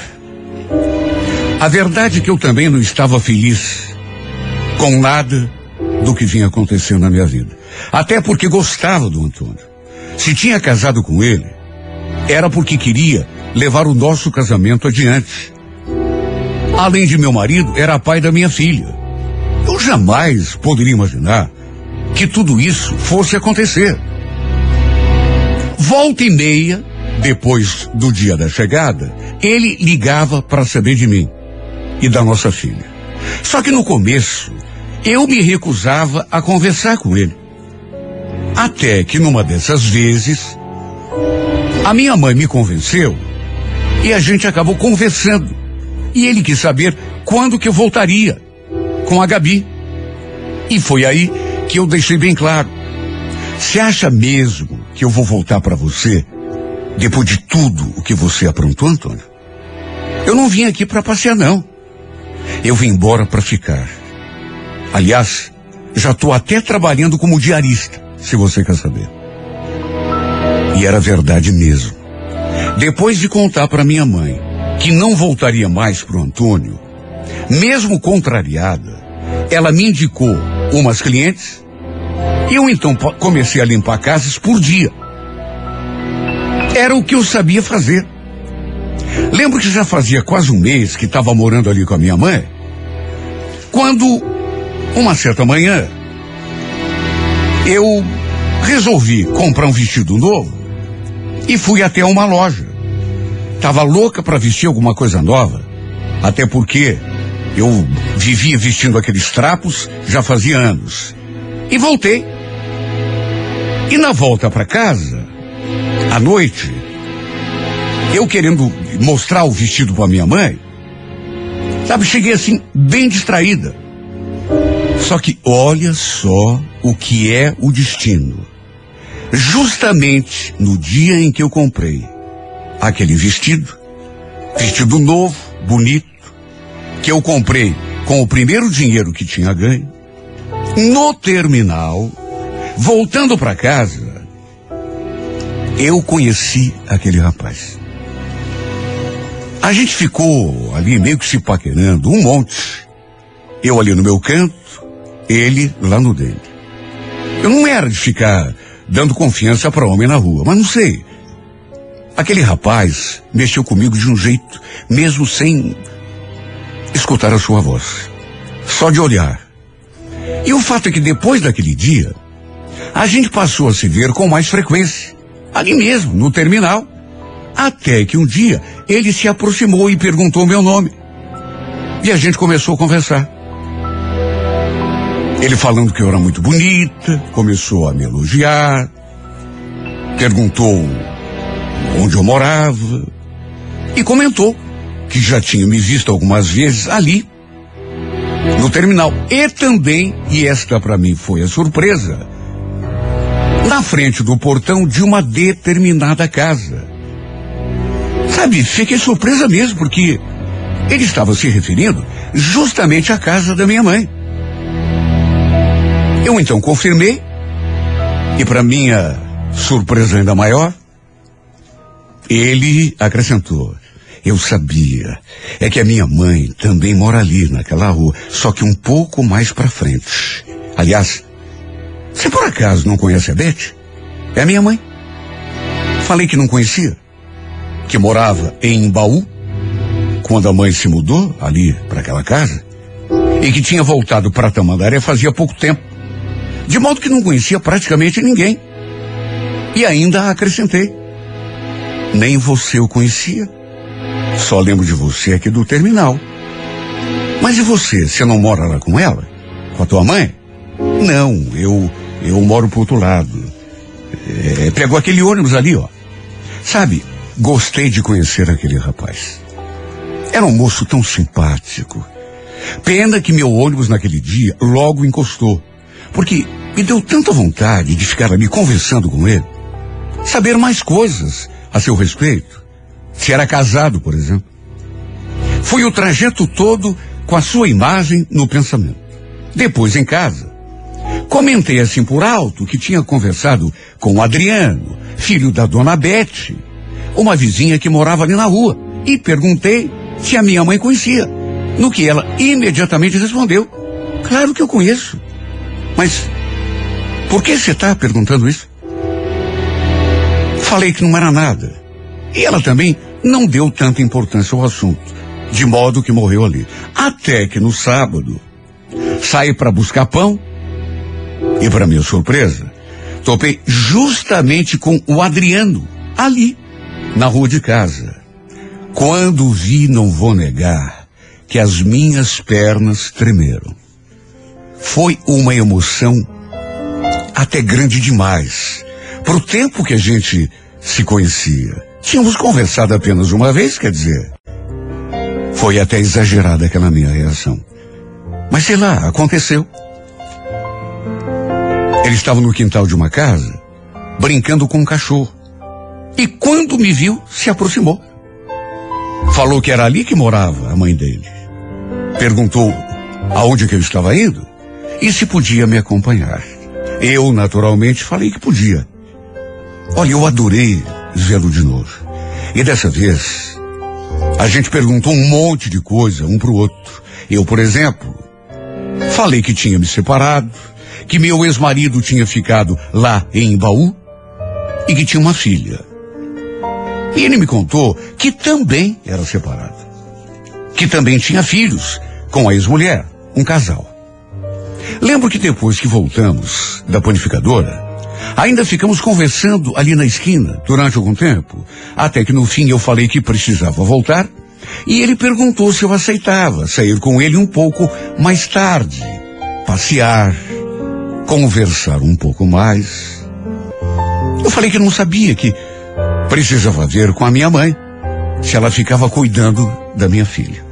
A verdade é que eu também não estava feliz com nada do que vinha acontecendo na minha vida. Até porque gostava do Antônio. Se tinha casado com ele, era porque queria levar o nosso casamento adiante. Além de meu marido, era pai da minha filha. Eu jamais poderia imaginar que tudo isso fosse acontecer. Volta e meia, depois do dia da chegada, ele ligava para saber de mim e da nossa filha. Só que no começo, eu me recusava a conversar com ele. Até que numa dessas vezes, a minha mãe me convenceu e a gente acabou conversando. E ele quis saber quando que eu voltaria com a Gabi. E foi aí que eu deixei bem claro. Você acha mesmo que eu vou voltar para você depois de tudo o que você aprontou, Antônio? Eu não vim aqui para passear, não. Eu vim embora para ficar. Aliás, já estou até trabalhando como diarista, se você quer saber. E era verdade mesmo. Depois de contar para minha mãe que não voltaria mais pro Antônio, mesmo contrariada, ela me indicou umas clientes e eu então comecei a limpar casas por dia. Era o que eu sabia fazer. Lembro que já fazia quase um mês que estava morando ali com a minha mãe, quando, uma certa manhã, eu resolvi comprar um vestido novo e fui até uma loja. Tava louca para vestir alguma coisa nova, até porque eu vivia vestindo aqueles trapos já fazia anos. E voltei. E na volta para casa, à noite, eu querendo mostrar o vestido para minha mãe, sabe, cheguei assim, bem distraída. Só que olha só o que é o destino. Justamente no dia em que eu comprei aquele vestido, vestido novo, bonito, que eu comprei com o primeiro dinheiro que tinha ganho, no terminal, voltando para casa, eu conheci aquele rapaz. A gente ficou ali meio que se paquerando, um monte. Eu ali no meu canto, ele lá no dele. Eu não era de ficar dando confiança para homem na rua, mas não sei. Aquele rapaz mexeu comigo de um jeito, mesmo sem escutar a sua voz. Só de olhar, E o fato é que depois daquele dia, a gente passou a se ver com mais frequência, ali mesmo, no terminal. Até que um dia, ele se aproximou e perguntou meu nome. E a gente começou a conversar. Ele falando que eu era muito bonita, começou a me elogiar, perguntou onde eu morava e comentou que já tinha me visto algumas vezes ali, no terminal. E também, e esta para mim foi a surpresa, na frente do portão de uma determinada casa. Sabe, fiquei surpresa mesmo, porque ele estava se referindo justamente à casa da minha mãe. Eu então confirmei, e para minha surpresa ainda maior, ele acrescentou: eu sabia, é que a minha mãe também mora ali naquela rua, só que um pouco mais para frente. Aliás, você por acaso não conhece a Beth? É a minha mãe. Falei que não conhecia, que morava em Embaú, quando a mãe se mudou ali para aquela casa, e que tinha voltado para Tamandaré fazia pouco tempo, de modo que não conhecia praticamente ninguém. E ainda acrescentei: nem você o conhecia, só lembro de você aqui do terminal. Mas e você, você não mora lá com ela? Com a tua mãe? Não, eu, eu moro pro outro lado. É, pegou aquele ônibus ali, ó. Sabe, gostei de conhecer aquele rapaz. Era um moço tão simpático. Pena que meu ônibus naquele dia logo encostou, porque me deu tanta vontade de ficar ali conversando com ele, saber mais coisas a seu respeito. Se era casado, por exemplo. Fui o trajeto todo com a sua imagem no pensamento. Depois, em casa, comentei assim por alto que tinha conversado com o Adriano, filho da dona Beth, uma vizinha que morava ali na rua, e perguntei se a minha mãe conhecia, no que ela imediatamente respondeu: claro que eu conheço. Mas por que você está perguntando isso? Falei que não era nada. E ela também não deu tanta importância ao assunto, de modo que morreu ali. Até que no sábado, saí para buscar pão e, para minha surpresa, topei justamente com o Adriano, ali, na rua de casa. Quando vi, não vou negar, que as minhas pernas tremeram. Foi uma emoção até grande demais, pro tempo que a gente se conhecia. Tínhamos conversado apenas uma vez, quer dizer, foi até exagerada aquela minha reação. Mas sei lá, aconteceu. Ele estava no quintal de uma casa, brincando com um cachorro. E quando me viu, se aproximou. Falou que era ali que morava a mãe dele. Perguntou aonde que eu estava indo e se podia me acompanhar. Eu, naturalmente, falei que podia. Olha, eu adorei vê-lo de novo. E dessa vez, a gente perguntou um monte de coisa um pro outro. Eu, por exemplo, falei que tinha me separado, que meu ex-marido tinha ficado lá em Embaú e que tinha uma filha. E ele me contou que também era separado, que também tinha filhos com a ex-mulher, um casal. Lembro que depois que voltamos da panificadora, ainda ficamos conversando ali na esquina durante algum tempo, até que no fim eu falei que precisava voltar, e ele perguntou se eu aceitava sair com ele um pouco mais tarde, passear, conversar um pouco mais. Eu falei que não sabia, que precisava ver com a minha mãe se ela ficava cuidando da minha filha.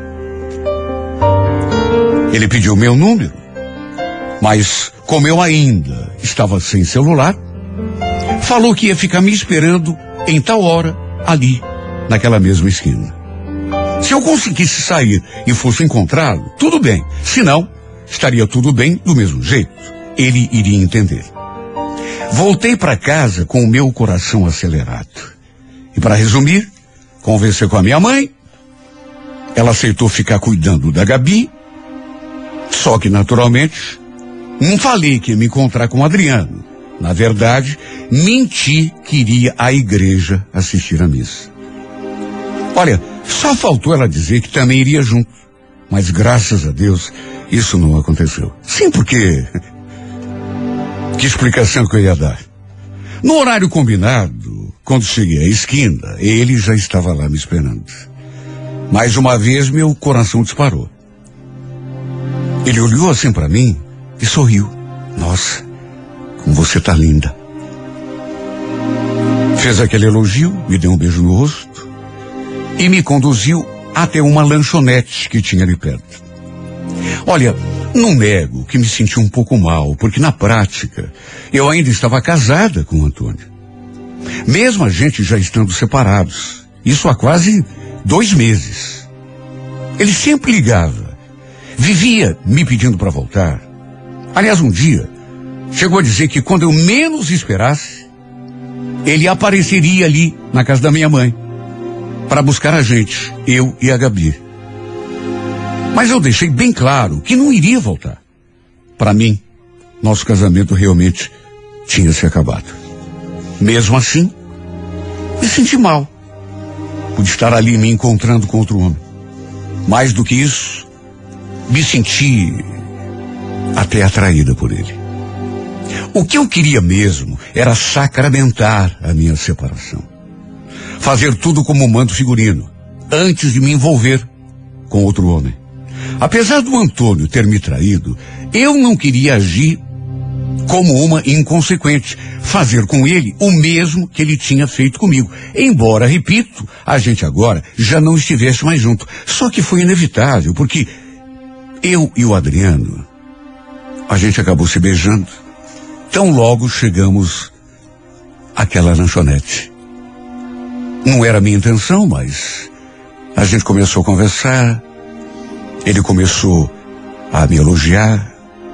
Ele pediu meu número, mas como eu ainda estava sem celular, falou que ia ficar me esperando em tal hora, ali, naquela mesma esquina. Se eu conseguisse sair e fosse encontrá-lo, tudo bem. Se não, estaria tudo bem do mesmo jeito. Ele iria entender. Voltei para casa com o meu coração acelerado. E para resumir, conversei com a minha mãe. Ela aceitou ficar cuidando da Gabi. Só que, naturalmente, não falei que ia me encontrar com o Adriano. Na verdade, menti que iria à igreja assistir a missa. Olha, só faltou ela dizer que também iria junto. Mas graças a Deus, isso não aconteceu. Sim, porque... Que explicação que eu ia dar? No horário combinado, quando cheguei à esquina, ele já estava lá me esperando. Mais uma vez, meu coração disparou. Ele olhou assim para mim e sorriu. Nossa, como você tá linda. Fez aquele elogio, me deu um beijo no rosto e me conduziu até uma lanchonete que tinha ali perto. Olha, não nego que me senti um pouco mal, porque na prática eu ainda estava casada com o Antônio. Mesmo a gente já estando separados, isso há quase dois meses. Ele sempre ligava, vivia me pedindo para voltar. Aliás, um dia, chegou a dizer que quando eu menos esperasse, ele apareceria ali na casa da minha mãe para buscar a gente, eu e a Gabi. Mas eu deixei bem claro que não iria voltar. Para mim, nosso casamento realmente tinha se acabado. Mesmo assim, me senti mal por estar ali me encontrando com outro homem. Mais do que isso, me senti até atraída por ele. O que eu queria mesmo era sacramentar a minha separação. Fazer tudo como um manto figurino, antes de me envolver com outro homem. Apesar do Antônio ter me traído, eu não queria agir como uma inconsequente, fazer com ele o mesmo que ele tinha feito comigo. Embora, repito, a gente agora já não estivesse mais junto. Só que foi inevitável, porque eu e o Adriano, a gente acabou se beijando. Tão logo chegamos àquela lanchonete. Não era minha intenção, mas a gente começou a conversar. Ele começou a me elogiar,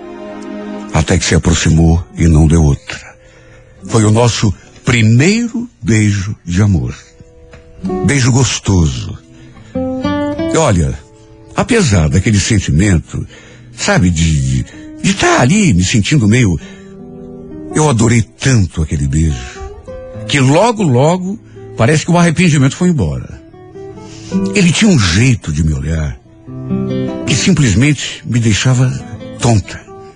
até que se aproximou e não deu outra. Foi o nosso primeiro beijo de amor. Beijo gostoso. E olha, apesar daquele sentimento, sabe, de de estar ali me sentindo meio... Eu adorei tanto aquele beijo, que logo, logo, parece que o arrependimento foi embora. Ele tinha um jeito de me olhar que simplesmente me deixava tonta.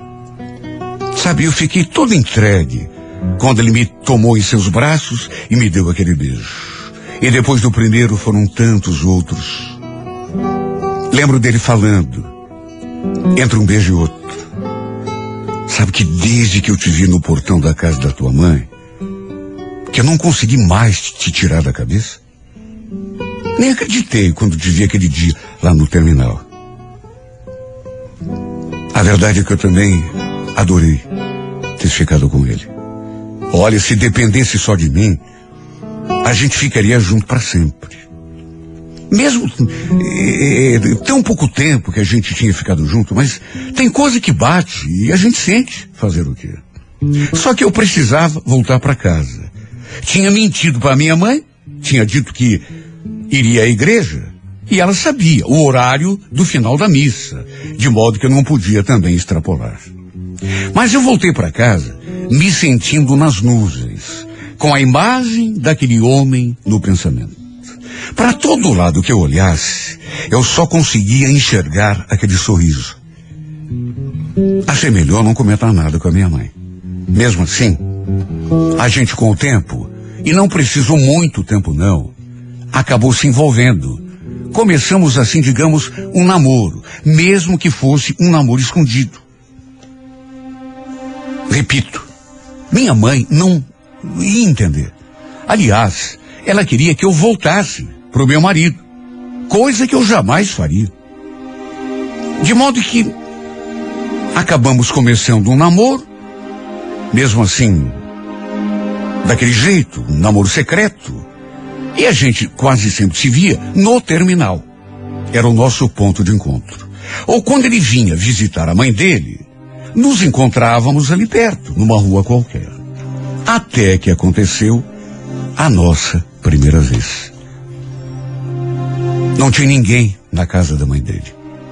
Sabe, eu fiquei todo entregue quando ele me tomou em seus braços e me deu aquele beijo. E depois do primeiro foram tantos outros. Lembro dele falando, entre um beijo e outro: sabe que desde que eu te vi no portão da casa da tua mãe, que eu não consegui mais te tirar da cabeça? Nem acreditei quando te vi aquele dia lá no terminal. A verdade é que eu também adorei ter ficado com ele. Olha, se dependesse só de mim, a gente ficaria junto para sempre. Mesmo é, é, tão pouco tempo que a gente tinha ficado junto, mas tem coisa que bate e a gente sente. Fazer o quê? Só que eu precisava voltar para casa. Tinha mentido para minha mãe, tinha dito que iria à igreja, e ela sabia o horário do final da missa, de modo que eu não podia também extrapolar. Mas eu voltei para casa me sentindo nas nuvens, com a imagem daquele homem no pensamento. Para todo lado que eu olhasse, eu só conseguia enxergar aquele sorriso. Achei melhor não comentar nada com a minha mãe. Mesmo assim, a gente com o tempo, e não precisou muito tempo não, acabou se envolvendo. Começamos assim, digamos, um namoro, mesmo que fosse um namoro escondido. Repito, minha mãe não ia entender. Aliás, ela queria que eu voltasse para o meu marido, coisa que eu jamais faria. De modo que acabamos começando um namoro, mesmo assim, daquele jeito, um namoro secreto. E a gente quase sempre se via no terminal. Era o nosso ponto de encontro. Ou quando ele vinha visitar a mãe dele, nos encontrávamos ali perto, numa rua qualquer. Até que aconteceu a nossa primeira vez. Não tinha ninguém na casa da mãe dele.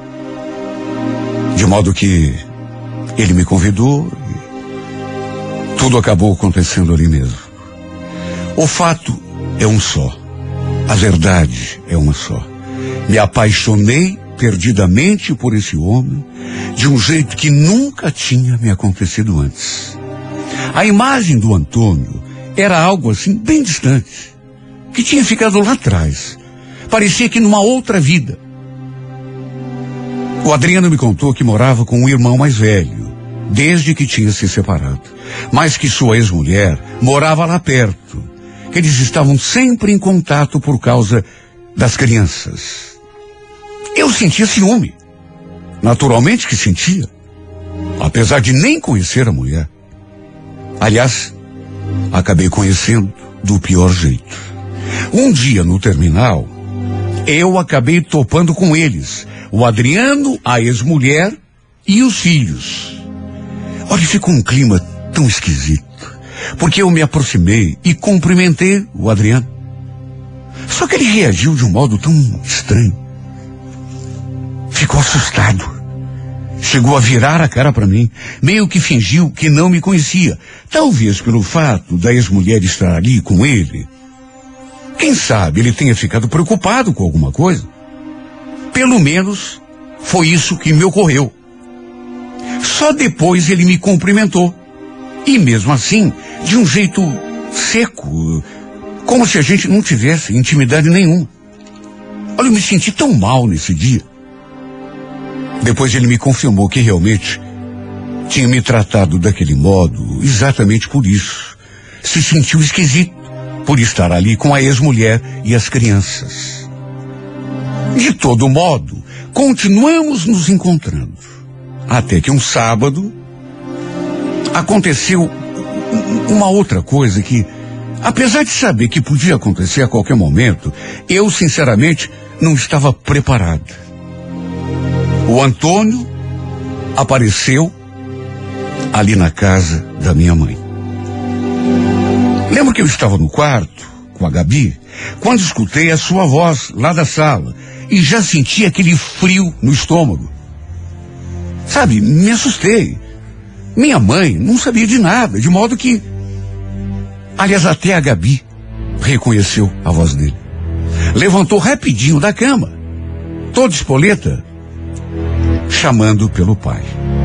De modo que ele me convidou e tudo acabou acontecendo ali mesmo. O fato é um só. A verdade é uma só. Me apaixonei perdidamente por esse homem de um jeito que nunca tinha me acontecido antes. A imagem do Antônio era algo assim bem distante, que tinha ficado lá atrás. Parecia que numa outra vida. O Adriano me contou que morava com um irmão mais velho, desde que tinha se separado, mas que sua ex-mulher morava lá perto, que eles estavam sempre em contato por causa das crianças. Eu sentia ciúme. Naturalmente que sentia, apesar de nem conhecer a mulher. Aliás, acabei conhecendo do pior jeito. Um dia no terminal, eu acabei topando com eles, o Adriano, a ex-mulher e os filhos. Olha, ficou um clima tão esquisito, porque eu me aproximei e cumprimentei o Adriano. Só que ele reagiu de um modo tão estranho. Ficou assustado. Chegou a virar a cara para mim, meio que fingiu que não me conhecia. Talvez pelo fato da ex-mulher estar ali com ele. Quem sabe ele tenha ficado preocupado com alguma coisa. Pelo menos foi isso que me ocorreu. Só depois ele me cumprimentou. E mesmo assim, de um jeito seco, como se a gente não tivesse intimidade nenhuma. Olha, eu me senti tão mal nesse dia. Depois ele me confirmou que realmente tinha me tratado daquele modo exatamente por isso. Se sentiu esquisito por estar ali com a ex-mulher e as crianças. De todo modo, continuamos nos encontrando. Até que um sábado aconteceu uma outra coisa que, apesar de saber que podia acontecer a qualquer momento, eu sinceramente não estava preparado. O Antônio apareceu ali na casa da minha mãe. Lembro que eu estava no quarto com a Gabi quando escutei a sua voz lá da sala e já senti aquele frio no estômago. Sabe, me assustei. Minha mãe não sabia de nada, de modo que... Aliás, até a Gabi reconheceu a voz dele. Levantou rapidinho da cama, toda espoleta, chamando pelo pai.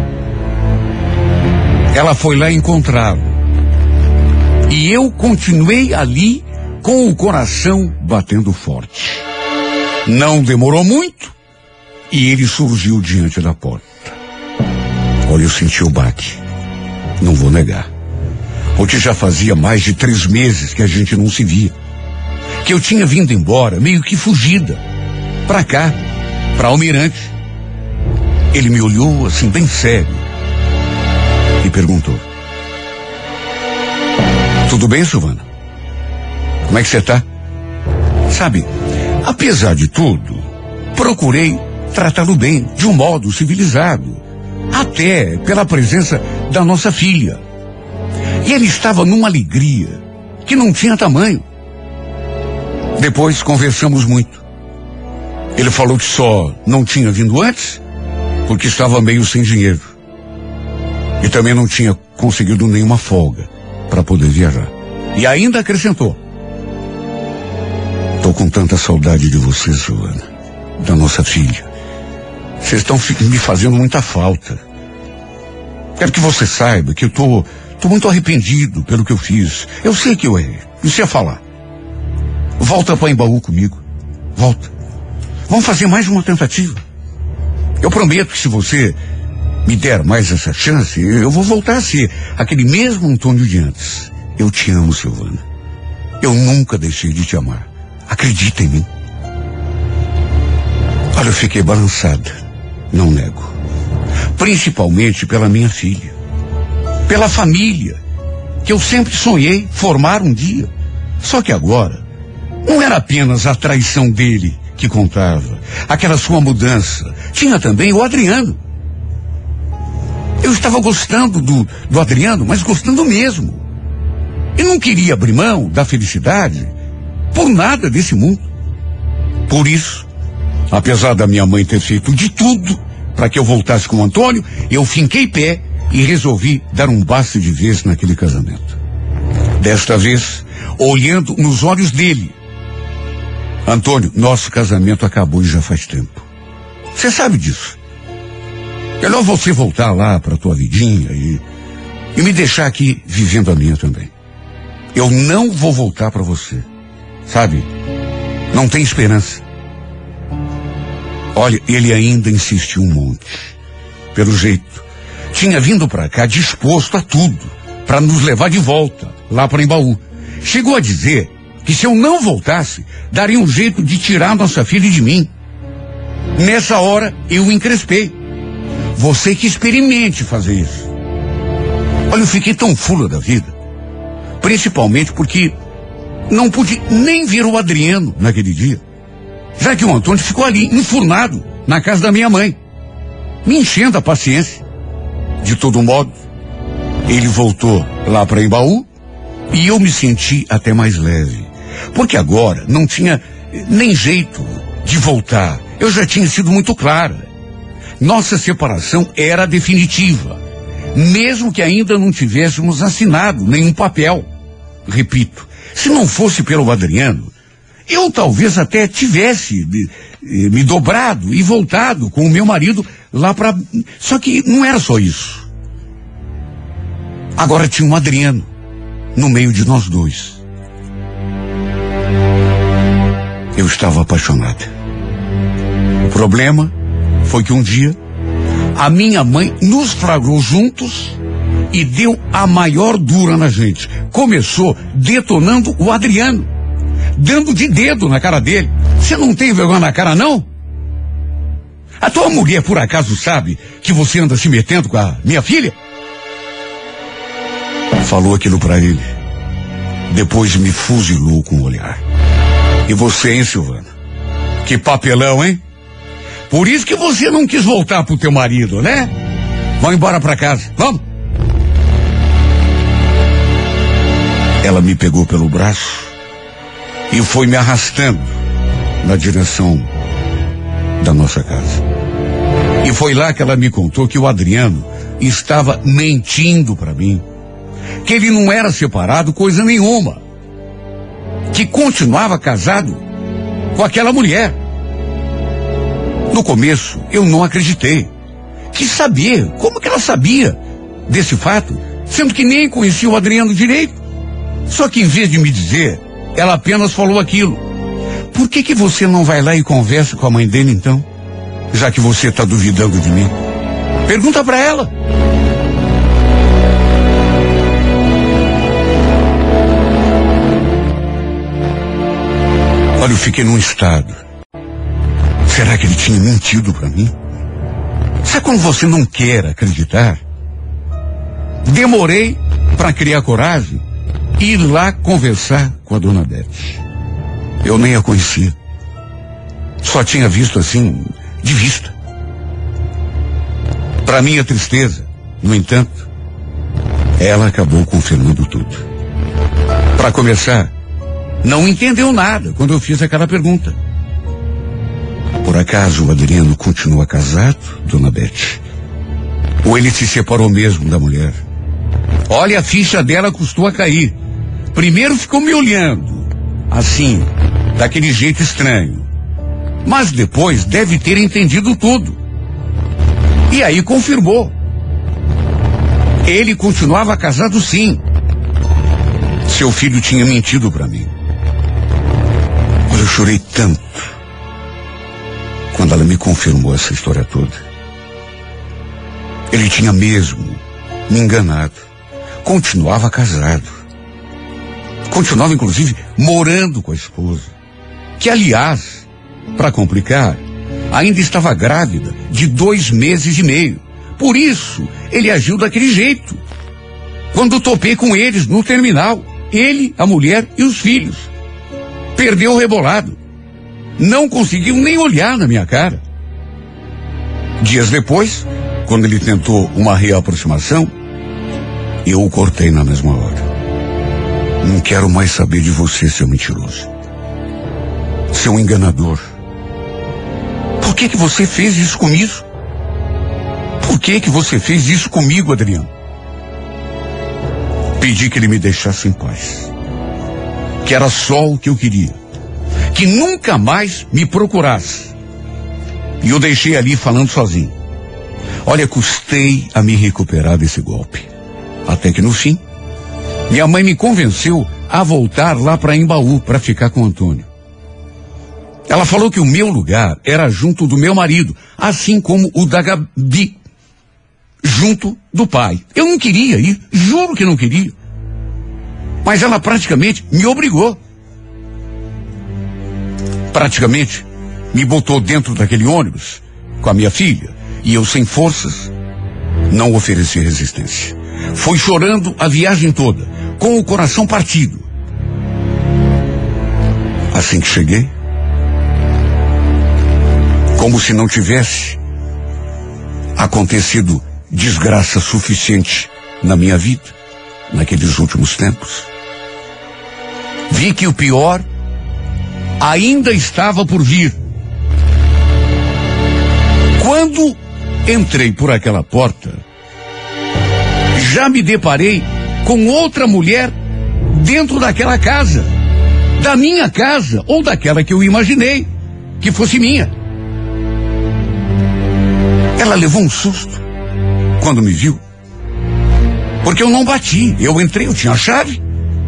Ela foi lá encontrá-lo. E eu continuei ali com o coração batendo forte. Não demorou muito e ele surgiu diante da porta. Olha, eu senti o baque. Não vou negar. Porque já fazia mais de três meses que a gente não se via. Que eu tinha vindo embora, meio que fugida. Pra cá, pra Almirante. Ele me olhou assim, bem sério. E perguntou: tudo bem, Silvana? Como é que você tá? Sabe, apesar de tudo, procurei tratá-lo bem, de um modo civilizado. Até pela presença da nossa filha. E ele estava numa alegria que não tinha tamanho. Depois conversamos muito. Ele falou que só não tinha vindo antes porque estava meio sem dinheiro. E também não tinha conseguido nenhuma folga para poder viajar. E ainda acrescentou: tô com tanta saudade de você, Joana, da nossa filha. Vocês estão me fazendo muita falta. Quero que você saiba que eu tô, tô muito arrependido pelo que eu fiz. Eu sei que eu errei. Isso ia falar. Volta para Embaú comigo. Volta. Vamos fazer mais uma tentativa. Eu prometo que se você me der mais essa chance, eu vou voltar a ser aquele mesmo Antônio de antes. Eu te amo, Silvana. Eu nunca deixei de te amar. Acredita em mim. Olha, eu fiquei balançada. Não nego. Principalmente pela minha filha. Pela família que eu sempre sonhei formar um dia. Só que agora não era apenas a traição dele que contava, aquela sua mudança. Tinha também o Adriano. Eu estava gostando do, do Adriano, mas gostando mesmo. E não queria abrir mão da felicidade por nada desse mundo. Por isso, apesar da minha mãe ter feito de tudo para que eu voltasse com o Antônio, eu finquei pé e resolvi dar um basta de vez naquele casamento. Desta vez, olhando nos olhos dele: Antônio, nosso casamento acabou e já faz tempo. Você sabe disso. Melhor você voltar lá pra tua vidinha e, e me deixar aqui vivendo a minha também. Eu não vou voltar pra você. Sabe? Não tem esperança. Olha, ele ainda insistiu um monte. Pelo jeito, tinha vindo pra cá disposto a tudo pra nos levar de volta lá pra Embaú. Chegou a dizer que se eu não voltasse, daria um jeito de tirar nossa filha de mim. Nessa hora, eu encrespei. Você que experimente fazer isso. Olha, eu fiquei tão fula da vida. Principalmente porque não pude nem ver o Adriano naquele dia. Já que o Antônio ficou ali, enfurnado, na casa da minha mãe. Me enchendo a paciência. De todo modo, ele voltou lá para Embaú e eu me senti até mais leve. Porque agora não tinha nem jeito de voltar. Eu já tinha sido muito clara. Nossa separação era definitiva, mesmo que ainda não tivéssemos assinado nenhum papel. Repito, se não fosse pelo Adriano, eu talvez até tivesse me, me dobrado e voltado com o meu marido lá para... Só que não era só isso. Agora tinha um Adriano no meio de nós dois. Eu estava apaixonada. O problema foi que um dia a minha mãe nos flagrou juntos e deu a maior dura na gente. Começou detonando o Adriano, dando de dedo na cara dele. Você não tem vergonha na cara, não? A tua mulher, por acaso, sabe que você anda se metendo com a minha filha? Falou aquilo pra ele. Depois me fuzilou com o olhar. E você, hein, Silvana? Que papelão, hein? Por isso que você não quis voltar pro teu marido, né? Vamos embora pra casa, vamos! Ela me pegou pelo braço e foi me arrastando na direção da nossa casa. E foi lá que ela me contou que o Adriano estava mentindo pra mim. Que ele não era separado coisa nenhuma. Que continuava casado com aquela mulher. No começo, eu não acreditei. Quis saber, como que ela sabia desse fato, sendo que nem conhecia o Adriano direito. Só que em vez de me dizer, ela apenas falou aquilo. Por que que você não vai lá e conversa com a mãe dele então? Já que você está duvidando de mim. Pergunta para ela. Olha, eu fiquei num estado. Será que ele tinha mentido para mim? Sabe quando você não quer acreditar? Demorei para criar coragem e ir lá conversar com a dona Beth. Eu nem a conhecia. Só tinha visto assim, de vista. Para minha tristeza, no entanto, ela acabou confirmando tudo. Para começar, não entendeu nada quando eu fiz aquela pergunta. Por acaso o Adriano continua casado, dona Beth? Ou ele se separou mesmo da mulher? Olha, a ficha dela custou a cair. Primeiro ficou me olhando, assim, daquele jeito estranho. Mas depois deve ter entendido tudo. E aí confirmou. Ele continuava casado, sim. Seu filho tinha mentido para mim. Eu chorei tanto quando ela me confirmou essa história toda. Ele tinha mesmo me enganado. Continuava casado. Continuava, inclusive, morando com a esposa. Que, aliás, para complicar, ainda estava grávida de dois meses e meio. Por isso, ele agiu daquele jeito. Quando topei com eles no terminal, ele, a mulher e os filhos. Perdeu o rebolado. Não conseguiu nem olhar na minha cara. Dias depois, quando ele tentou uma reaproximação, eu o cortei na mesma hora. Não quero mais saber de você, seu mentiroso. Seu enganador. Por que que você fez isso comigo? Por que que você fez isso comigo, Adriano? Pedi que ele me deixasse em paz. Que era só o que eu queria. Que nunca mais me procurasse. E eu deixei ali falando sozinho. Olha, custei a me recuperar desse golpe. Até que no fim, minha mãe me convenceu a voltar lá para Embaú para ficar com o Antônio. Ela falou que o meu lugar era junto do meu marido, assim como o da Gabi, junto do pai. Eu não queria ir, juro que não queria. Mas ela praticamente me obrigou. Praticamente me botou dentro daquele ônibus com a minha filha e eu, sem forças, não ofereci resistência. Fui chorando a viagem toda, com o coração partido. Assim que cheguei, como se não tivesse acontecido desgraça suficiente na minha vida, naqueles últimos tempos, vi que o pior ainda estava por vir. Quando entrei por aquela porta, já me deparei com outra mulher dentro daquela casa, da minha casa, ou daquela que eu imaginei que fosse minha. Ela levou um susto quando me viu, porque eu não bati, eu entrei, eu tinha a chave.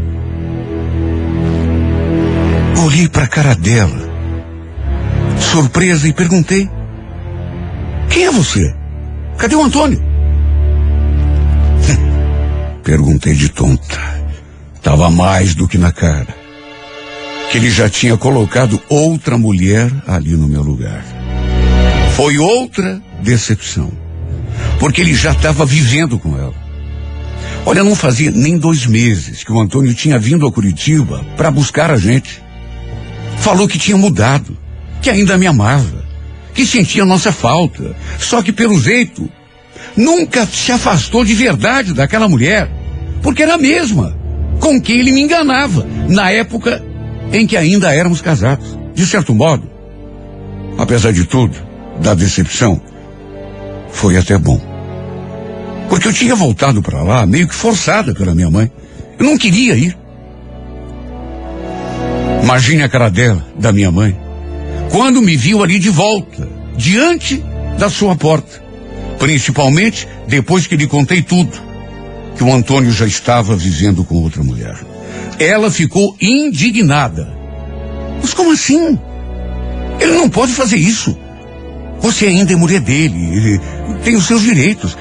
Olhei para a cara dela, surpresa, e perguntei: quem é você? Cadê o Antônio? Perguntei de tonta. Tava mais do que na cara que ele já tinha colocado outra mulher ali no meu lugar. Foi outra decepção, porque ele já estava vivendo com ela. Olha, não fazia nem dois meses que o Antônio tinha vindo a Curitiba para buscar a gente. Falou que tinha mudado, que ainda me amava, que sentia nossa falta. Só que, pelo jeito, nunca se afastou de verdade daquela mulher, porque era a mesma com quem ele me enganava na época em que ainda éramos casados. De certo modo, apesar de tudo, da decepção, foi até bom. Porque eu tinha voltado para lá meio que forçada pela minha mãe. Eu não queria ir. Imagine a cara dela, da minha mãe, quando me viu ali de volta, diante da sua porta. Principalmente depois que lhe contei tudo, que o Antônio já estava vivendo com outra mulher. Ela ficou indignada. Mas como assim? Ele não pode fazer isso. Você ainda é mulher dele, ele tem os seus direitos.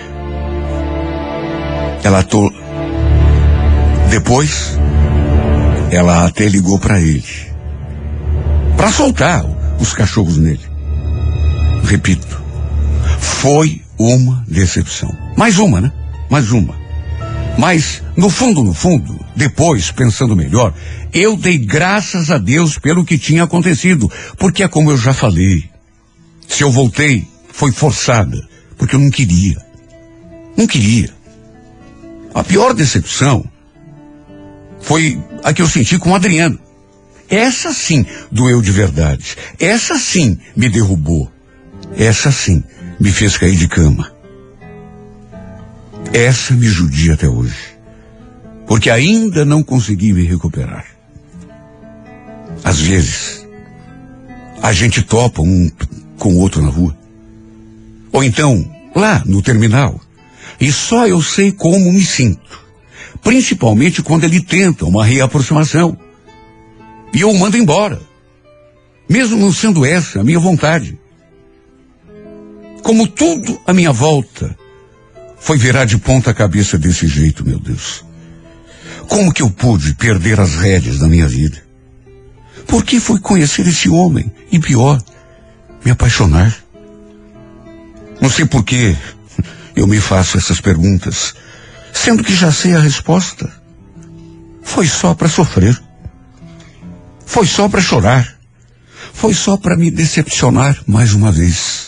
Ela to... Depois, ela até ligou para ele, para soltar os cachorros nele. Repito, foi uma decepção. Mais uma, né? Mais uma. Mas, no fundo, no fundo, depois, pensando melhor, eu dei graças a Deus pelo que tinha acontecido, porque é como eu já falei. Se eu voltei, foi forçada, porque eu não queria. Não queria. A pior decepção foi a que eu senti com o Adriano. Essa sim doeu de verdade. Essa sim me derrubou. Essa sim me fez cair de cama. Essa me judia até hoje, porque ainda não consegui me recuperar. Às vezes, a gente topa um com o outro na rua. Ou então, lá no terminal. E só eu sei como me sinto. Principalmente quando ele tenta uma reaproximação. E eu o mando embora. Mesmo não sendo essa a minha vontade. Como tudo à minha volta foi virar de ponta cabeça desse jeito, meu Deus. Como que eu pude perder as rédeas da minha vida? Por que fui conhecer esse homem? E pior, me apaixonar? Não sei por que eu me faço essas perguntas, sendo que já sei a resposta. Foi só para sofrer. Foi só para chorar. Foi só para me decepcionar mais uma vez.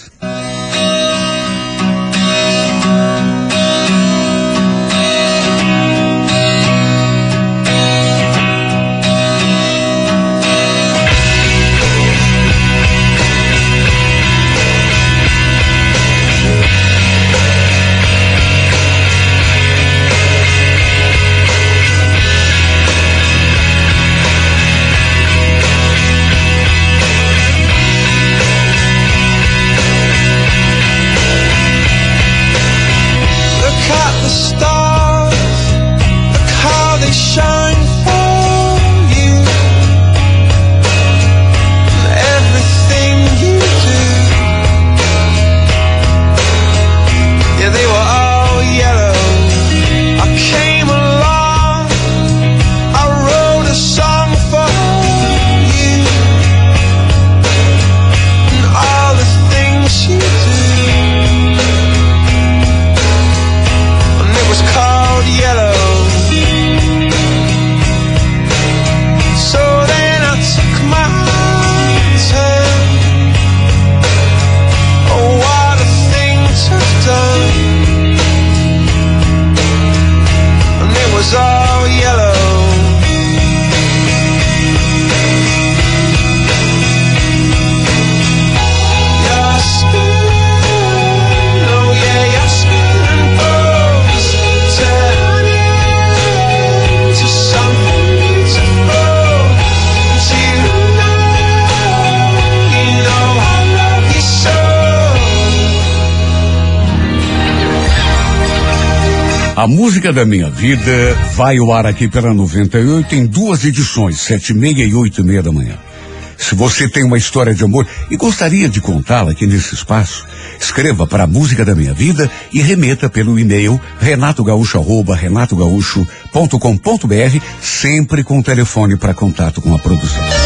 was all yellow. Your skin, oh yeah, your skin grows, turn into something beautiful. But you know, you know I love you so. A música da minha vida vai ao ar aqui pela noventa e oito em duas edições, sete e meia e oito e meia da manhã. Se você tem uma história de amor e gostaria de contá-la aqui nesse espaço, escreva para a Música da Minha Vida e remeta pelo e-mail renatogaúcho arroba renatogaúcho ponto com ponto br, sempre com telefone para contato com a produção.